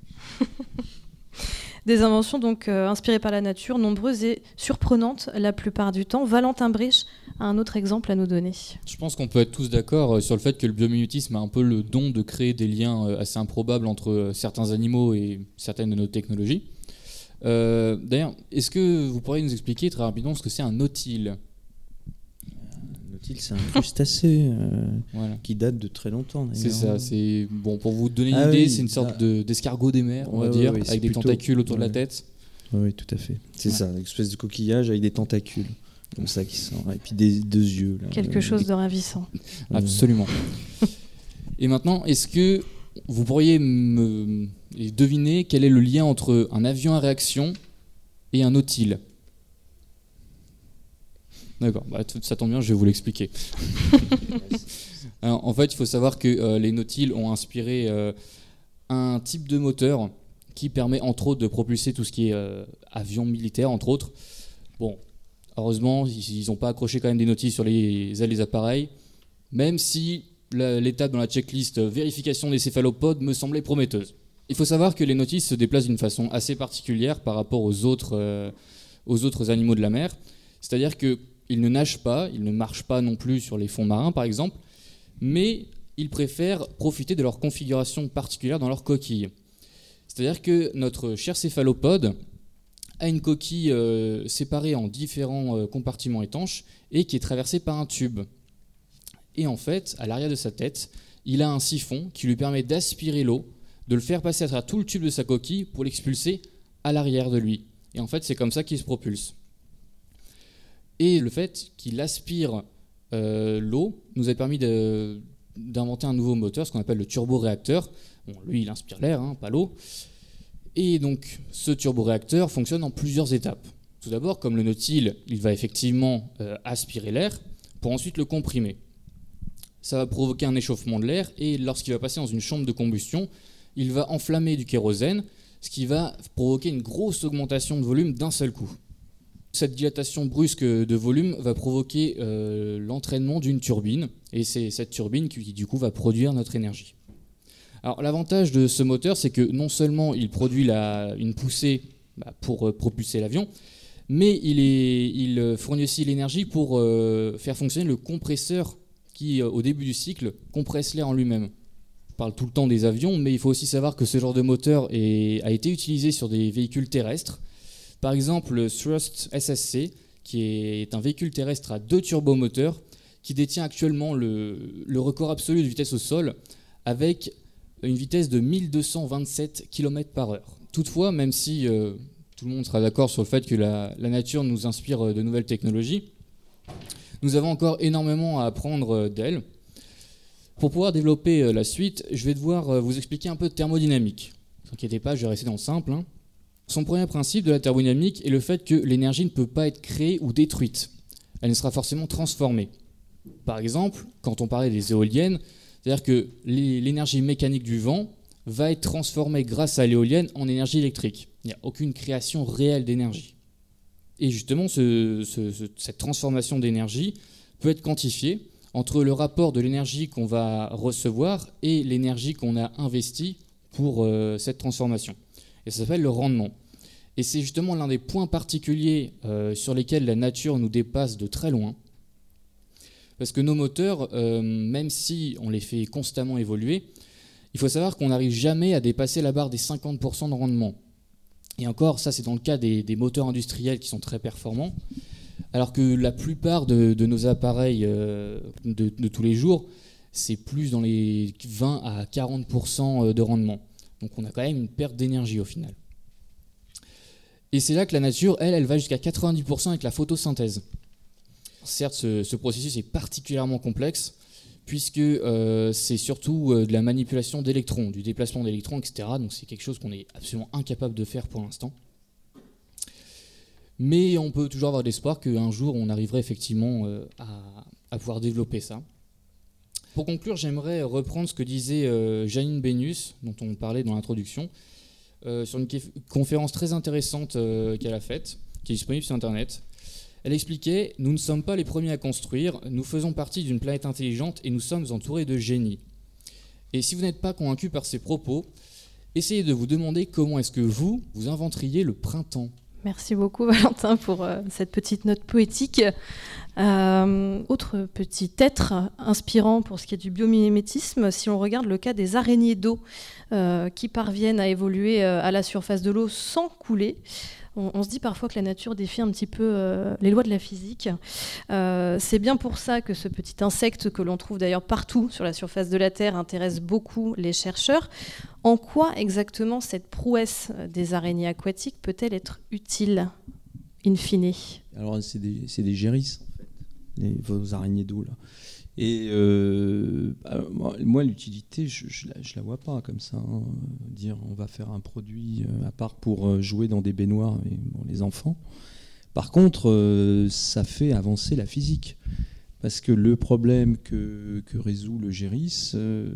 Des inventions donc inspirées par la nature, nombreuses et surprenantes la plupart du temps. Valentin Brich a un autre exemple à nous donner. Je pense qu'on peut être tous d'accord sur le fait que le biomimétisme a un peu le don de créer des liens assez improbables entre certains animaux et certaines de nos technologies. D'ailleurs, est-ce que vous pourriez nous expliquer très rapidement ce que c'est un nautile ? Un nautile, c'est un crustacé qui date de très longtemps. D'ailleurs. C'est ça. C'est bon pour vous donner une idée. C'est une sorte d'escargot des mers, on va dire, avec des tentacules autour de la tête. Oui, tout à fait. C'est ça, une espèce de coquillage avec des tentacules, comme ça qui sort, et puis des 2 yeux. Là, quelque chose de ravissant. Absolument. Et maintenant, est-ce que vous pourriez me deviner quel est le lien entre un avion à réaction et un nautile ? D'accord, ça tombe bien, je vais vous l'expliquer. Alors, en fait, il faut savoir que les nautiles ont inspiré un type de moteur qui permet entre autres de propulser tout ce qui est avion militaire, entre autres. Bon, heureusement, ils n'ont pas accroché quand même des nautiles sur les ailes des appareils, même si l'étape dans la checklist vérification des céphalopodes me semblait prometteuse. Il faut savoir que les nautiles se déplacent d'une façon assez particulière par rapport aux autres animaux de la mer. C'est-à-dire qu'ils ne nagent pas, ils ne marchent pas non plus sur les fonds marins par exemple, mais ils préfèrent profiter de leur configuration particulière dans leur coquille. C'est-à-dire que notre cher céphalopode a une coquille séparée en différents compartiments étanches et qui est traversée par un tube. Et en fait, à l'arrière de sa tête, il a un siphon qui lui permet d'aspirer l'eau, de le faire passer à travers tout le tube de sa coquille pour l'expulser à l'arrière de lui. Et en fait, c'est comme ça qu'il se propulse. Et le fait qu'il aspire l'eau nous a permis d'inventer un nouveau moteur, ce qu'on appelle le turboréacteur. Bon, lui, il inspire l'air, pas l'eau. Et donc, ce turboréacteur fonctionne en plusieurs étapes. Tout d'abord, comme le nautile, il va effectivement aspirer l'air pour ensuite le comprimer. Ça va provoquer un échauffement de l'air et lorsqu'il va passer dans une chambre de combustion, il va enflammer du kérosène, ce qui va provoquer une grosse augmentation de volume d'un seul coup. Cette dilatation brusque de volume va provoquer l'entraînement d'une turbine, et c'est cette turbine qui du coup va produire notre énergie. Alors l'avantage de ce moteur, c'est que non seulement il produit une poussée pour propulser l'avion, mais il fournit aussi l'énergie pour faire fonctionner le compresseur qui, au début du cycle, compresse l'air en lui-même. On parle tout le temps des avions, mais il faut aussi savoir que ce genre de moteur a été utilisé sur des véhicules terrestres. Par exemple, le Thrust SSC, qui est un véhicule terrestre à 2 turbomoteurs, qui détient actuellement le record absolu de vitesse au sol, avec une vitesse de 1227 km/h. Toutefois, même si tout le monde sera d'accord sur le fait que la nature nous inspire de nouvelles technologies, nous avons encore énormément à apprendre d'elle. Pour pouvoir développer la suite, je vais devoir vous expliquer un peu de thermodynamique. Ne vous inquiétez pas, je vais rester dans le simple. Son premier principe de la thermodynamique est le fait que l'énergie ne peut pas être créée ou détruite. Elle ne sera forcément transformée. Par exemple, quand on parlait des éoliennes, c'est-à-dire que l'énergie mécanique du vent va être transformée grâce à l'éolienne en énergie électrique. Il n'y a aucune création réelle d'énergie. Et justement, cette transformation d'énergie peut être quantifiée entre le rapport de l'énergie qu'on va recevoir et l'énergie qu'on a investie pour cette transformation. Et ça s'appelle le rendement. Et c'est justement l'un des points particuliers sur lesquels la nature nous dépasse de très loin. Parce que nos moteurs, même si on les fait constamment évoluer, il faut savoir qu'on n'arrive jamais à dépasser la barre des 50% de rendement. Et encore, ça c'est dans le cas des moteurs industriels qui sont très performants, alors que la plupart de nos appareils de tous les jours, c'est plus dans les 20 à 40% de rendement. Donc on a quand même une perte d'énergie au final. Et c'est là que la nature, elle va jusqu'à 90% avec la photosynthèse. Certes, ce processus est particulièrement complexe, puisque c'est surtout de la manipulation d'électrons, du déplacement d'électrons, etc. Donc c'est quelque chose qu'on est absolument incapable de faire pour l'instant. Mais on peut toujours avoir l'espoir qu'un jour on arriverait effectivement à pouvoir développer ça. Pour conclure, j'aimerais reprendre ce que disait Janine Benyus, dont on parlait dans l'introduction, sur une conférence très intéressante qu'elle a faite, qui est disponible sur Internet. Elle expliquait « Nous ne sommes pas les premiers à construire, nous faisons partie d'une planète intelligente et nous sommes entourés de génies. » Et si vous n'êtes pas convaincu par ces propos, essayez de vous demander comment est-ce que vous inventeriez le printemps. Merci beaucoup Valentin pour cette petite note poétique. Autre petit être inspirant pour ce qui est du biomimétisme, si on regarde le cas des araignées d'eau qui parviennent à évoluer à la surface de l'eau sans couler. On se dit parfois que la nature défie un petit peu les lois de la physique. C'est bien pour ça que ce petit insecte, que l'on trouve d'ailleurs partout sur la surface de la Terre, intéresse beaucoup les chercheurs. En quoi exactement cette prouesse des araignées aquatiques peut-elle être utile, in fine ? Alors c'est des gérisses, en fait, vos araignées d'eau là. Et moi, l'utilité, je la vois pas comme ça. Dire on va faire un produit à part pour jouer dans des baignoires et les enfants. Par contre, ça fait avancer la physique. Parce que le problème que résout le géris,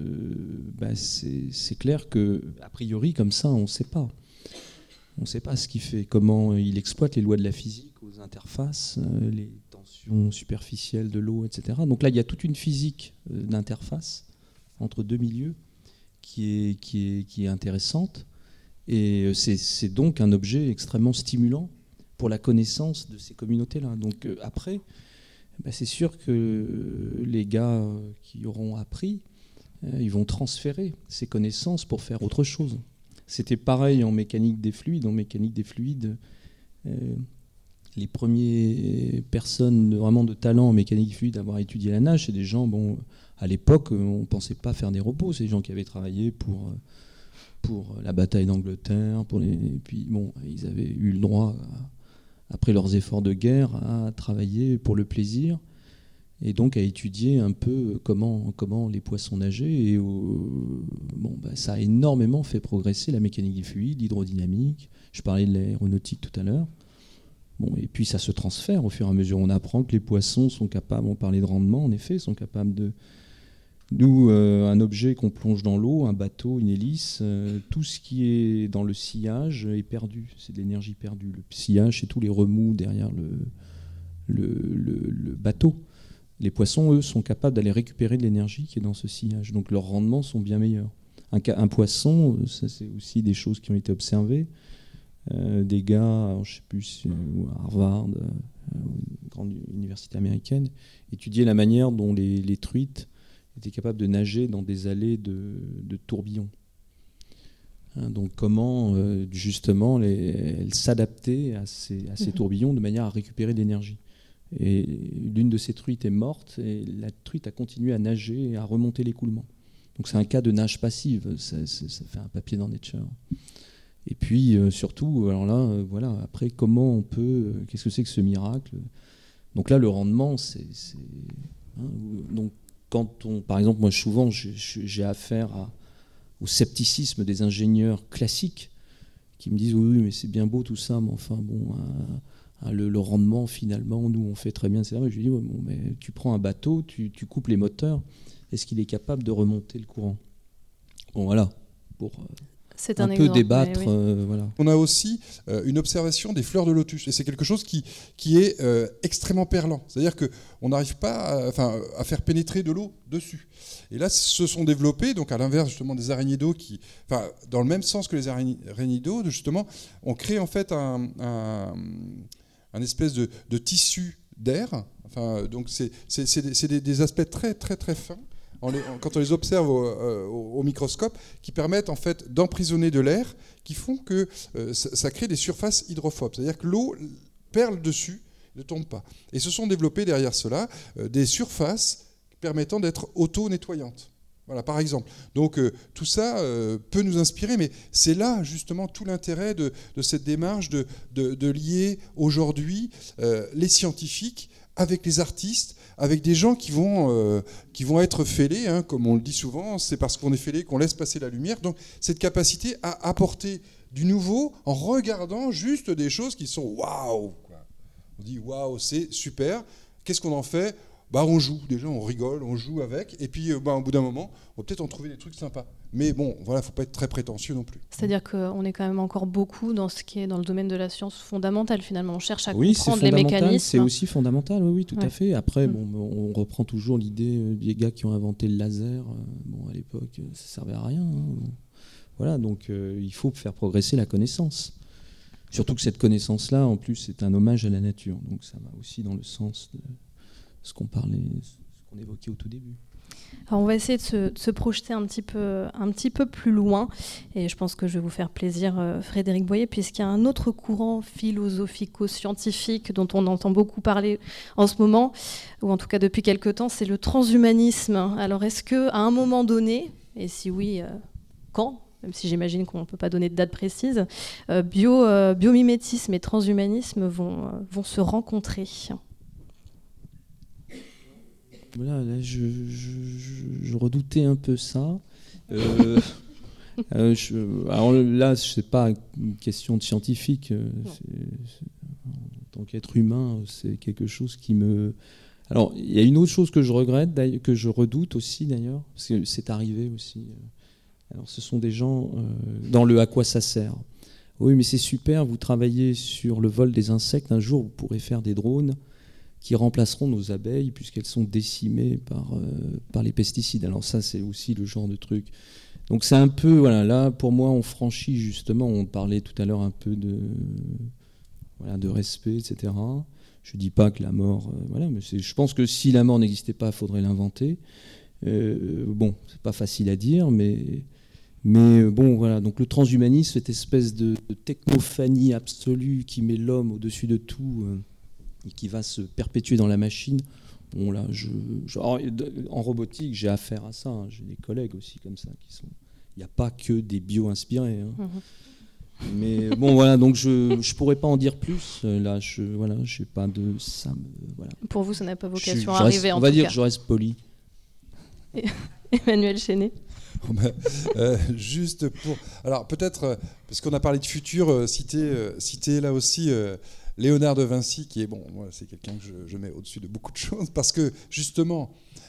c'est clair qu'a priori, comme ça, on ne sait pas. On ne sait pas ce qu'il fait, comment il exploite les lois de la physique aux interfaces, les tensions superficielles de l'eau, etc. Donc là, il y a toute une physique d'interface entre deux milieux qui est intéressante. Et c'est donc un objet extrêmement stimulant pour la connaissance de ces communautés-là. Donc après, c'est sûr que les gars qui auront appris, ils vont transférer ces connaissances pour faire autre chose. C'était pareil en mécanique des fluides. En mécanique des fluides, les premières personnes vraiment de talent en mécanique fluide à avoir étudié la nage, c'est des gens, à l'époque, on ne pensait pas faire des robots. C'est des gens qui avaient travaillé pour la bataille d'Angleterre. Et puis, ils avaient eu le droit, après leurs efforts de guerre, à travailler pour le plaisir. Et donc à étudier un peu comment les poissons nageaient. Et ça a énormément fait progresser la mécanique des fluides, l'hydrodynamique. Je parlais de l'aéronautique tout à l'heure. Et puis ça se transfère au fur et à mesure. On apprend que les poissons sont capables, on parlait de rendement en effet, sont capables Nous, un objet qu'on plonge dans l'eau, un bateau, une hélice, tout ce qui est dans le sillage est perdu. C'est de l'énergie perdue. Le sillage, c'est tous les remous derrière le bateau. Les poissons, eux, sont capables d'aller récupérer de l'énergie qui est dans ce sillage. Donc leurs rendements sont bien meilleurs. Un poisson, ça c'est aussi des choses qui ont été observées. Des gars, alors, je ne sais plus, à Harvard, une grande université américaine, étudiaient la manière dont les truites étaient capables de nager dans des allées de tourbillons. Donc comment, justement, elles s'adaptaient à ces tourbillons de manière à récupérer de l'énergie. Et l'une de ces truites est morte et la truite a continué à nager et à remonter l'écoulement. Donc c'est un cas de nage passive, ça fait un papier dans Nature. Et puis surtout, alors là, voilà, après comment on peut, qu'est-ce que c'est que ce miracle? Donc là, le rendement, donc quand par exemple, moi souvent, j'ai affaire au scepticisme des ingénieurs classiques qui me disent oui, mais c'est bien beau tout ça, mais enfin bon. Le rendement, finalement, nous, on fait très bien. Je lui dis, ouais, bon, mais tu prends un bateau, tu coupes les moteurs, est-ce qu'il est capable de remonter le courant? Bon, voilà, pour un peu débattre. Oui. Voilà. On a aussi une observation des fleurs de lotus, et c'est quelque chose qui est extrêmement perlant. C'est-à-dire qu'on n'arrive pas à faire pénétrer de l'eau dessus. Et là, se sont développés, donc à l'inverse justement des araignées d'eau, dans le même sens que les araignées d'eau, justement, on crée en fait un espèce de tissu d'air. Donc c'est des aspects très très très fins. Quand on les observe au microscope, qui permettent en fait d'emprisonner de l'air, qui font que ça crée des surfaces hydrophobes. C'est-à-dire que l'eau perle dessus, ne tombe pas. Et se sont développés derrière cela des surfaces permettant d'être auto-nettoyantes. Voilà, par exemple. Donc tout ça peut nous inspirer, mais c'est là justement tout l'intérêt de cette démarche de lier aujourd'hui les scientifiques avec les artistes, avec des gens qui vont être fêlés, hein, comme on le dit souvent, c'est parce qu'on est fêlé qu'on laisse passer la lumière. Donc cette capacité à apporter du nouveau en regardant juste des choses qui sont waouh. On dit waouh, c'est super. Qu'est-ce qu'on en fait? On joue, déjà on rigole, on joue avec, et puis au bout d'un moment, on va peut-être en trouver des trucs sympas. Mais bon, voilà, faut pas être très prétentieux non plus. C'est-à-dire qu'on est quand même encore beaucoup dans ce qui est dans le domaine de la science fondamentale, finalement. On cherche à comprendre les mécanismes. C'est aussi fondamental, oui, tout à fait. Après, on reprend toujours l'idée des gars qui ont inventé le laser. À l'époque, ça servait à rien. Voilà, donc il faut faire progresser la connaissance. Surtout que cette connaissance-là, en plus, c'est un hommage à la nature. Donc ça va aussi dans le sens de ce qu'on évoquait au tout début. Alors on va essayer de se projeter un petit peu plus loin, et je pense que je vais vous faire plaisir, Frédéric Boyer, puisqu'il y a un autre courant philosophico-scientifique dont on entend beaucoup parler en ce moment, ou en tout cas depuis quelque temps, c'est le transhumanisme. Alors est-ce qu'à un moment donné, et si oui, quand ? Même si j'imagine qu'on ne peut pas donner de date précise, biomimétisme et transhumanisme vont se rencontrer. Voilà, là, je redoutais un peu ça. Alors là, ce n'est pas une question de scientifique. En tant qu'être humain, c'est quelque chose qui me... Alors, il y a une autre chose que je regrette, que je redoute aussi d'ailleurs, parce que c'est arrivé aussi. Alors, ce sont des gens dans le à quoi ça sert. Oui, mais c'est super, vous travaillez sur le vol des insectes. Un jour, vous pourrez faire des drones qui remplaceront nos abeilles puisqu'elles sont décimées par les pesticides. Alors ça, c'est aussi le genre de truc. Donc c'est un peu, voilà, là, pour moi, on franchit justement, on parlait tout à l'heure un peu de respect, etc. Je ne dis pas que la mort, mais je pense que si la mort n'existait pas, il faudrait l'inventer. C'est pas facile à dire, mais bon, voilà. Donc le transhumanisme, cette espèce de technophanie absolue qui met l'homme au-dessus de tout, et qui va se perpétuer dans la machine. Bon, là, en robotique, j'ai affaire à ça. J'ai des collègues aussi comme ça qui sont. Il n'y a pas que des bio-inspirés. Mais bon, voilà. Donc je pourrais pas en dire plus. Là, j'ai pas de ça. Voilà. Pour vous, ça n'a pas vocation à arriver. On va dire que je reste poli. Emmanuel Chénet. Juste pour. Alors peut-être parce qu'on a parlé de futur, citer là aussi. Léonard de Vinci, qui est moi, c'est quelqu'un que je mets au-dessus de beaucoup de choses, parce que justement,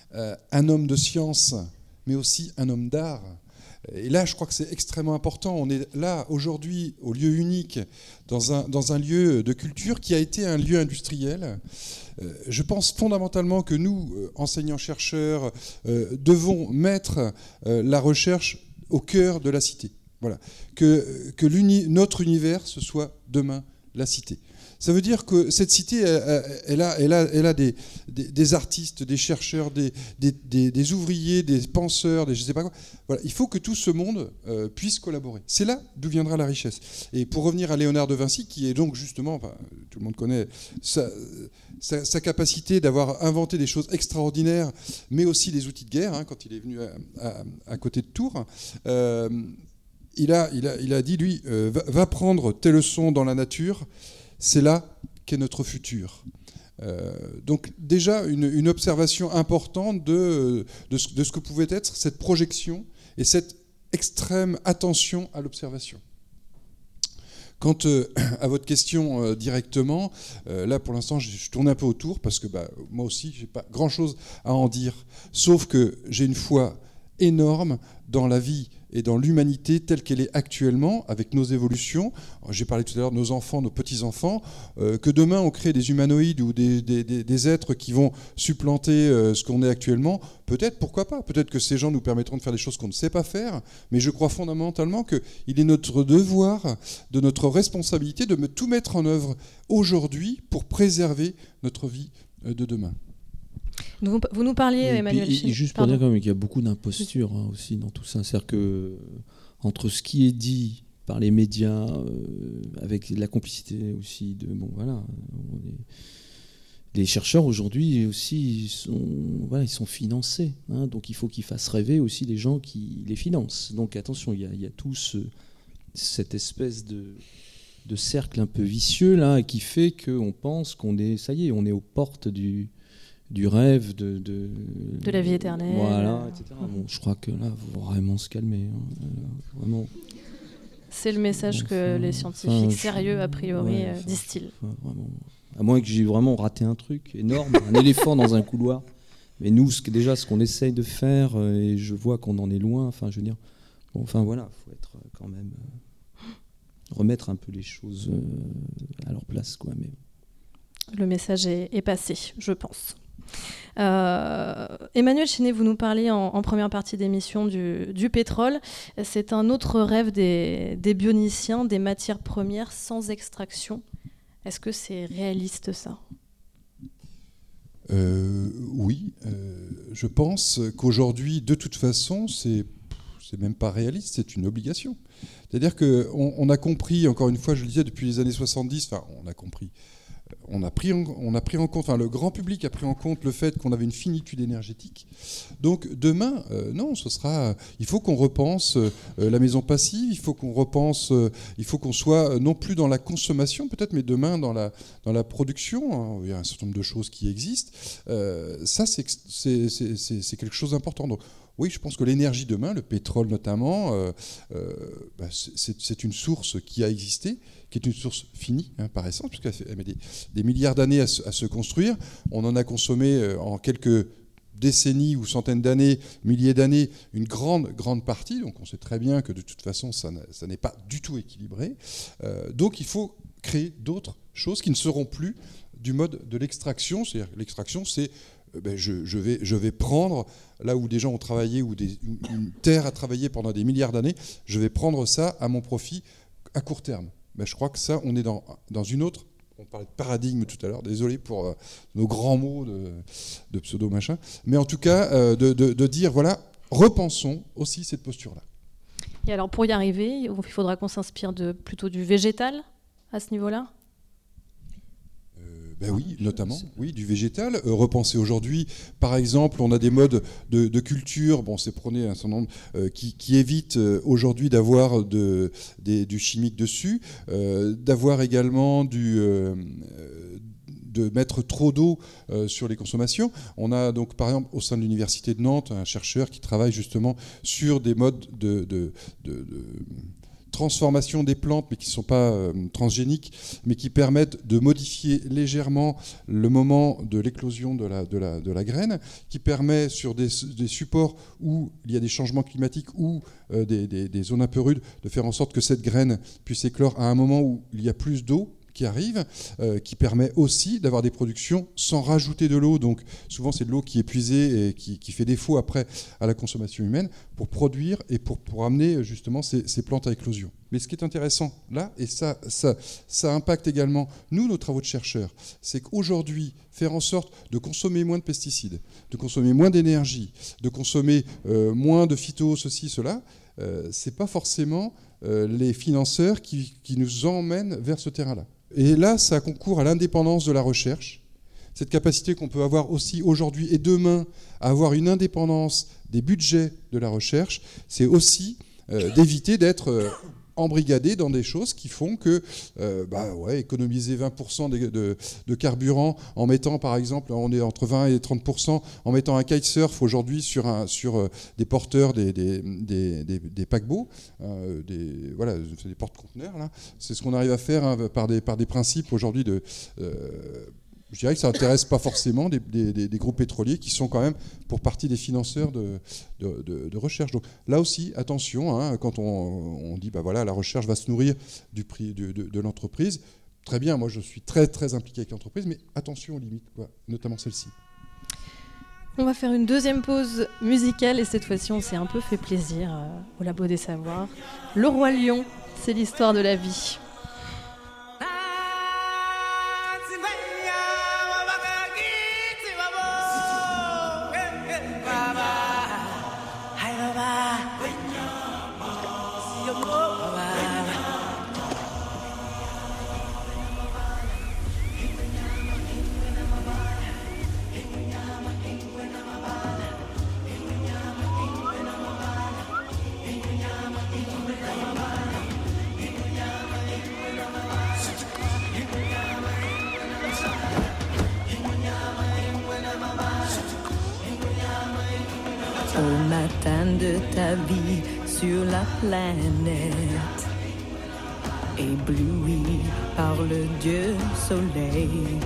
un homme de science, mais aussi un homme d'art. Et là, je crois que c'est extrêmement important. On est là, aujourd'hui, au lieu unique, dans un lieu de culture qui a été un lieu industriel. Je pense fondamentalement que nous, enseignants-chercheurs, devons mettre la recherche au cœur de la cité. Voilà. Que notre univers, ce soit demain la cité. Ça veut dire que cette cité, elle a des artistes, des chercheurs, des ouvriers, des penseurs, je ne sais pas quoi. Voilà. Il faut que tout ce monde puisse collaborer. C'est là d'où viendra la richesse. Et pour revenir à Léonard de Vinci, qui est donc justement, tout le monde connaît sa capacité d'avoir inventé des choses extraordinaires, mais aussi des outils de guerre, hein, quand il est venu à côté de Tours. Il a dit, lui, va prendre tes leçons dans la nature. C'est là qu'est notre futur. Donc déjà une observation importante de ce que pouvait être cette projection et cette extrême attention à l'observation. Quant à votre question directement, là pour l'instant je tourne un peu autour parce que moi aussi je n'ai pas grand-chose à en dire, sauf que j'ai une foi énorme dans la vie et dans l'humanité telle qu'elle est actuellement, avec nos évolutions. J'ai parlé tout à l'heure de nos enfants, nos petits-enfants, que demain on crée des humanoïdes ou des êtres qui vont supplanter ce qu'on est actuellement. Peut-être, pourquoi pas. Peut-être que ces gens nous permettront de faire des choses qu'on ne sait pas faire, mais je crois fondamentalement qu'il est notre devoir, de notre responsabilité, de tout mettre en œuvre aujourd'hui pour préserver notre vie de demain. Vous nous parliez, Emmanuel Chénet. Juste pour dire quand même qu'il y a beaucoup d'imposture aussi dans tout ça. C'est-à-dire que entre ce qui est dit par les médias, avec la complicité aussi de... les chercheurs aujourd'hui aussi ils sont financés. Hein, donc il faut qu'ils fassent rêver aussi les gens qui les financent. Donc attention, il y a tout cette espèce de cercle un peu vicieux là, qui fait qu'on pense qu'on est... Ça y est, on est aux portes du rêve de la vie éternelle. Voilà, etc. Bon, je crois que là, il faut vraiment se calmer. Hein. Vraiment. C'est le message que les scientifiques sérieux, a priori, distillent. Vraiment. À moins que j'ai vraiment raté un truc énorme, un éléphant dans un couloir. Mais nous, ce qu'on essaye de faire, et je vois qu'on en est loin, enfin, je veux dire... Bon, enfin, voilà, il faut être quand même... remettre un peu les choses à leur place, quoi. Mais... Le message est passé, je pense. Emmanuel Chénet, vous nous parliez en première partie d'émission du pétrole. C'est un autre rêve des bioniciens, des matières premières sans extraction. Est-ce que c'est réaliste ça ? Oui, je pense qu'aujourd'hui, de toute façon, c'est même pas réaliste, c'est une obligation. C'est-à-dire qu'on a compris, encore une fois, je le disais, depuis les années 70, enfin, on a compris... On a pris en compte, le grand public a pris en compte le fait qu'on avait une finitude énergétique. Donc demain, non, il faut qu'on repense la maison passive, il faut qu'on repense, il faut qu'on soit non plus dans la consommation peut-être, mais demain dans la production. Hein, il y a un certain nombre de choses qui existent. Ça, c'est quelque chose d'important. Donc, oui, je pense que l'énergie demain, le pétrole notamment, c'est une source qui a existé, qui est une source finie, hein, par essence, puisqu'elle met des milliards d'années à se construire. On en a consommé en quelques décennies ou centaines d'années, milliers d'années, une grande partie. Donc on sait très bien que de toute façon, ça n'est pas du tout équilibré. Donc il faut créer d'autres choses qui ne seront plus du mode de l'extraction. C'est-à-dire l'extraction, c'est... je vais prendre, là où des gens ont travaillé, où une terre a travaillé pendant des milliards d'années, je vais prendre ça à mon profit à court terme. Je crois que ça, on est dans une autre... On parlait de paradigme tout à l'heure, désolé pour nos grands mots de pseudo-machin, mais en tout cas, de dire, voilà, repensons aussi cette posture-là. Et alors, pour y arriver, il faudra qu'on s'inspire plutôt du végétal, à ce niveau-là ? Oui, notamment, oui, du végétal. Repenser aujourd'hui, par exemple, on a des modes de culture, c'est prôné un certain nombre, qui évitent aujourd'hui d'avoir du chimique dessus, d'avoir également de mettre trop d'eau sur les consommations. On a donc, par exemple, au sein de l'Université de Nantes, un chercheur qui travaille justement sur des modes de transformation des plantes, mais qui ne sont pas transgéniques, mais qui permettent de modifier légèrement le moment de l'éclosion de la graine, qui permet sur des supports où il y a des changements climatiques ou des zones un peu rudes, de faire en sorte que cette graine puisse éclore à un moment où il y a plus d'eau qui arrive, qui permet aussi d'avoir des productions sans rajouter de l'eau. Donc souvent c'est de l'eau qui est épuisée et qui fait défaut après à la consommation humaine pour produire et pour amener justement ces plantes à éclosion. Mais ce qui est intéressant là, et ça impacte également nos travaux de chercheurs, c'est qu'aujourd'hui, faire en sorte de consommer moins de pesticides, de consommer moins d'énergie, de consommer moins de phyto, ceci, cela, c'est pas forcément les financeurs qui nous emmènent vers ce terrain-là. Et là, ça concourt à l'indépendance de la recherche, cette capacité qu'on peut avoir aussi aujourd'hui et demain à avoir une indépendance des budgets de la recherche, c'est aussi d'éviter d'être embrigadé dans des choses qui font que économiser 20% de carburant en mettant, par exemple, on est entre 20 et 30%, en mettant un kitesurf aujourd'hui sur des porteurs des paquebots, des porte-conteneurs, là. C'est ce qu'on arrive à faire par des principes aujourd'hui je dirais que ça n'intéresse pas forcément des groupes pétroliers qui sont quand même pour partie des financeurs de recherche. Donc là aussi, attention, quand on dit la recherche va se nourrir du prix de l'entreprise. Très bien, moi je suis très très impliqué avec l'entreprise, mais attention aux limites, notamment celle-ci. On va faire une deuxième pause musicale et cette fois-ci on s'est un peu fait plaisir au Labo des Savoirs. Le Roi Lion, c'est l'histoire de la vie. Au matin de ta vie sur la planète, ébloui par le Dieu soleil,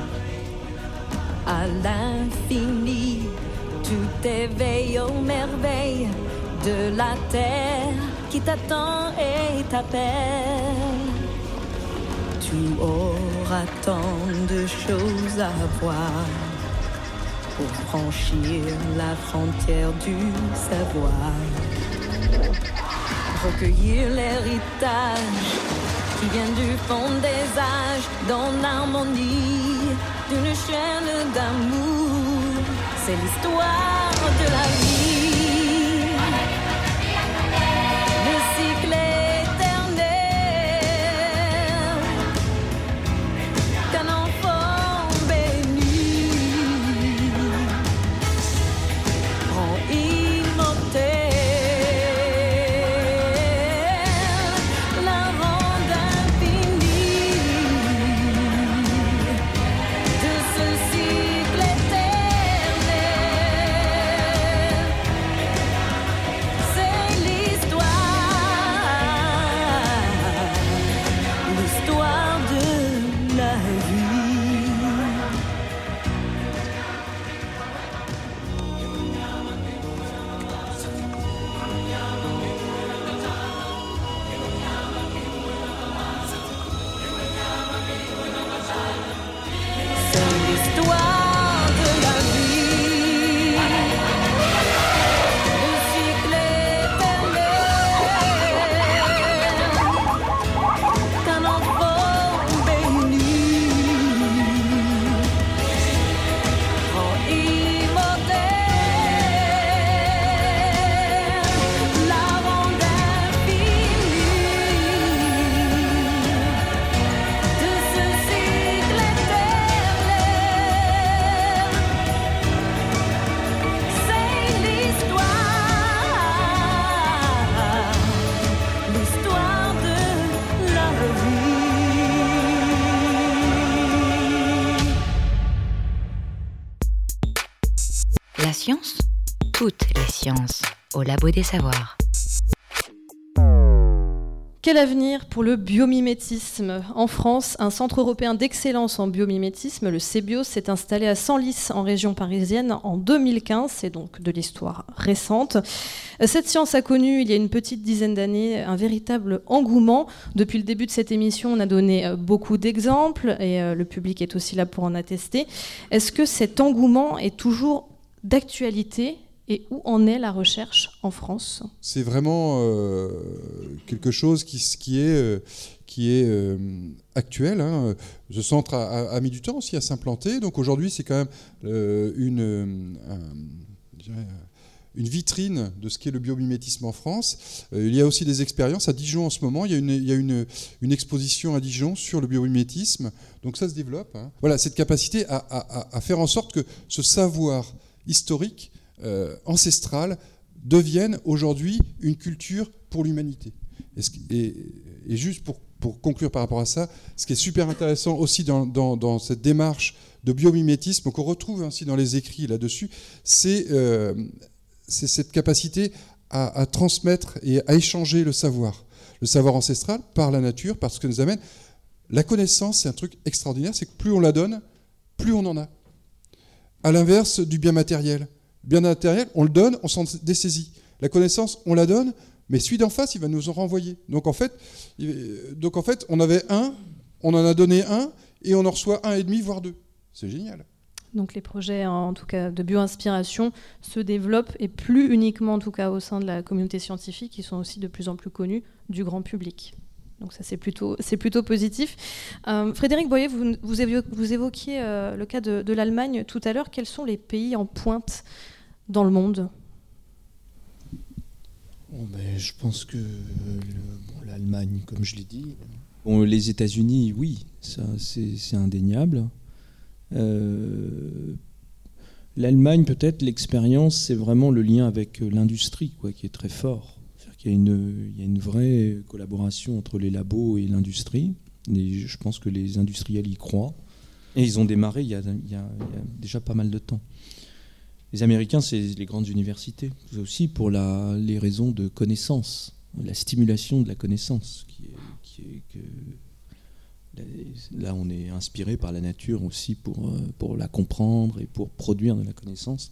à l'infini, tu t'éveilles aux merveilles de la terre qui t'attend et t'appelle. Tu auras tant de choses à voir pour franchir la frontière du savoir, recueillir l'héritage qui vient du fond des âges dans l'harmonie d'une chaîne d'amour. C'est l'histoire de la vie, le cycle éternel qu'un enfant béni rend immortel, la rend infinie de ce cycle éternel. C'est l'histoire de la vie. C'est l'histoire de la vie, le cycle éternel qu'un enfant béni rend immortel, la rend infinie de ce cycle éternel. C'est l'histoire de la vie. La science, toutes les sciences, au Labo des Savoirs. Quel avenir pour le biomimétisme ? En France, un centre européen d'excellence en biomimétisme, le CEBIOS, s'est installé à Senlis, en région parisienne, en 2015. C'est donc de l'histoire récente. Cette science a connu, il y a une petite dizaine d'années, un véritable engouement. Depuis le début de cette émission, on a donné beaucoup d'exemples et le public est aussi là pour en attester. Est-ce que cet engouement est toujours d'actualité ? Et où en est la recherche en France ? C'est vraiment quelque chose qui est actuel. Hein. Ce centre a mis du temps aussi à s'implanter. Donc aujourd'hui, c'est quand même une vitrine de ce qu'est le biomimétisme en France. Il y a aussi des expériences à Dijon en ce moment. Il y a une exposition à Dijon sur le biomimétisme. Donc ça se développe. Hein. Voilà, cette capacité à faire en sorte que ce savoir historique ancestrale deviennent aujourd'hui une culture pour l'humanité. Et juste pour conclure par rapport à ça, ce qui est super intéressant aussi dans cette démarche de biomimétisme qu'on retrouve ainsi dans les écrits là-dessus, c'est cette capacité à transmettre et à échanger le savoir ancestral par la nature, parce que nous amène la connaissance. C'est un truc extraordinaire, c'est que plus on la donne, plus on en a. À l'inverse du bien matériel. Bien matériel, on le donne, on s'en dessaisit. La connaissance, on la donne, mais celui d'en face, il va nous en renvoyer. Donc en fait, on avait un, on en a donné un, et on en reçoit 1,5, voire 2. C'est génial. Donc les projets, en tout cas de bio-inspiration, se développent, et plus uniquement, en tout cas au sein de la communauté scientifique, qui sont aussi de plus en plus connus du grand public. Donc ça, c'est plutôt positif. Frédéric Boyer, vous évoquiez le cas de l'Allemagne tout à l'heure. Quels sont les pays en pointe dans le monde ? Je pense que l'Allemagne, comme je l'ai dit. Les États-Unis, oui, ça c'est indéniable. L'Allemagne, peut-être, l'expérience, c'est vraiment le lien avec l'industrie, qui est très fort. C'est-à-dire qu'il y a une vraie collaboration entre les labos et l'industrie. Et je pense que les industriels y croient. Et ils ont démarré il y a déjà pas mal de temps. Les Américains, c'est les grandes universités. C'est aussi pour les raisons de connaissance, la stimulation de la connaissance, là, on est inspiré par la nature aussi pour la comprendre et pour produire de la connaissance.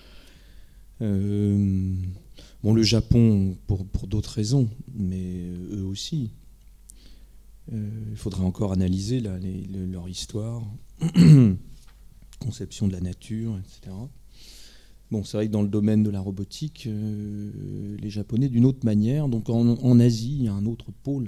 Le Japon, pour d'autres raisons, mais eux aussi. Il faudrait encore analyser leur histoire, conception de la nature, etc. C'est vrai que dans le domaine de la robotique, les Japonais, d'une autre manière, donc en Asie, il y a un autre pôle.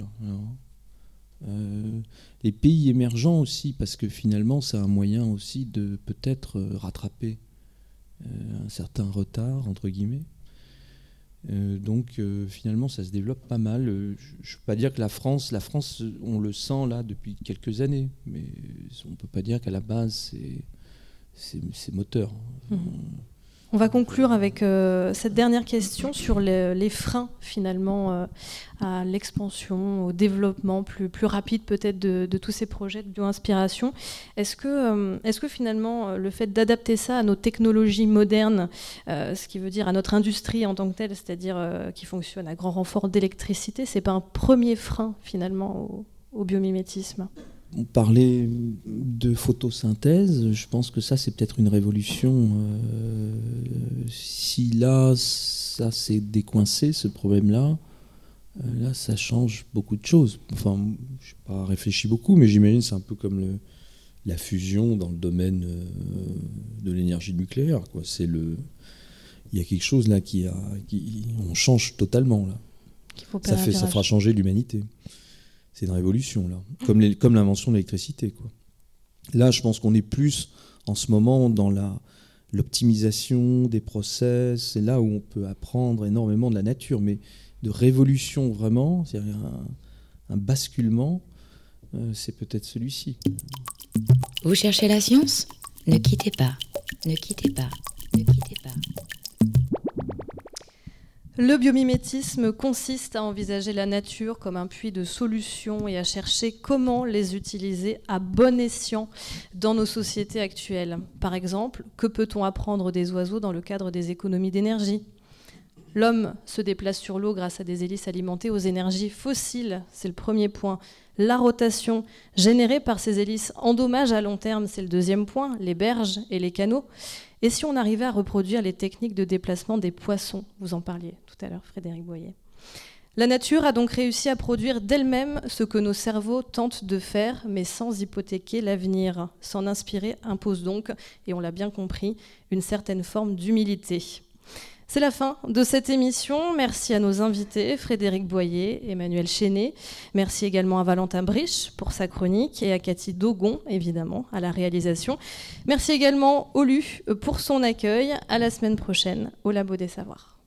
Les pays émergents aussi, parce que finalement, c'est un moyen aussi de peut-être rattraper un certain retard, entre guillemets. Donc finalement, ça se développe pas mal. Je ne peux pas dire que la France, on le sent là depuis quelques années, mais on ne peut pas dire qu'à la base, c'est moteur. On va conclure avec cette dernière question sur les freins finalement à l'expansion, au développement plus rapide peut-être de tous ces projets de bio-inspiration. Est-ce que finalement le fait d'adapter ça à nos technologies modernes, ce qui veut dire à notre industrie en tant que telle, c'est-à-dire qui fonctionne à grand renfort d'électricité, c'est pas un premier frein finalement au biomimétisme ? On parlait de photosynthèse, je pense que ça c'est peut-être une révolution. Si là, ça s'est décoincé, ce problème-là, là ça change beaucoup de choses. Enfin, je n'ai pas réfléchi beaucoup, mais j'imagine que c'est un peu comme la fusion dans le domaine de l'énergie nucléaire. Il y a quelque chose là on change totalement là. Ça fera changer l'humanité. C'est une révolution, là, comme l'invention de l'électricité, Là, je pense qu'on est plus, en ce moment, dans l'optimisation des process. C'est là où on peut apprendre énormément de la nature, mais de révolution, vraiment, c'est-à-dire un basculement, c'est peut-être celui-ci. Vous cherchez la science ? Ne quittez pas, ne quittez pas, ne quittez pas. Le biomimétisme consiste à envisager la nature comme un puits de solutions et à chercher comment les utiliser à bon escient dans nos sociétés actuelles. Par exemple, que peut-on apprendre des oiseaux dans le cadre des économies d'énergie ? L'homme se déplace sur l'eau grâce à des hélices alimentées aux énergies fossiles, c'est le premier point. La rotation générée par ces hélices endommage à long terme, c'est le deuxième point, les berges et les canaux. Et si on arrivait à reproduire les techniques de déplacement des poissons, vous en parliez tout à l'heure, Frédéric Boyer. La nature a donc réussi à produire d'elle-même ce que nos cerveaux tentent de faire, mais sans hypothéquer l'avenir. S'en inspirer impose donc, et on l'a bien compris, une certaine forme d'humilité. C'est la fin de cette émission. Merci à nos invités, Frédéric Boyer, Emmanuel Chénet. Merci également à Valentin Brich pour sa chronique et à Cathy Dogon, évidemment, à la réalisation. Merci également au LU pour son accueil. À la semaine prochaine au Labo des Savoirs.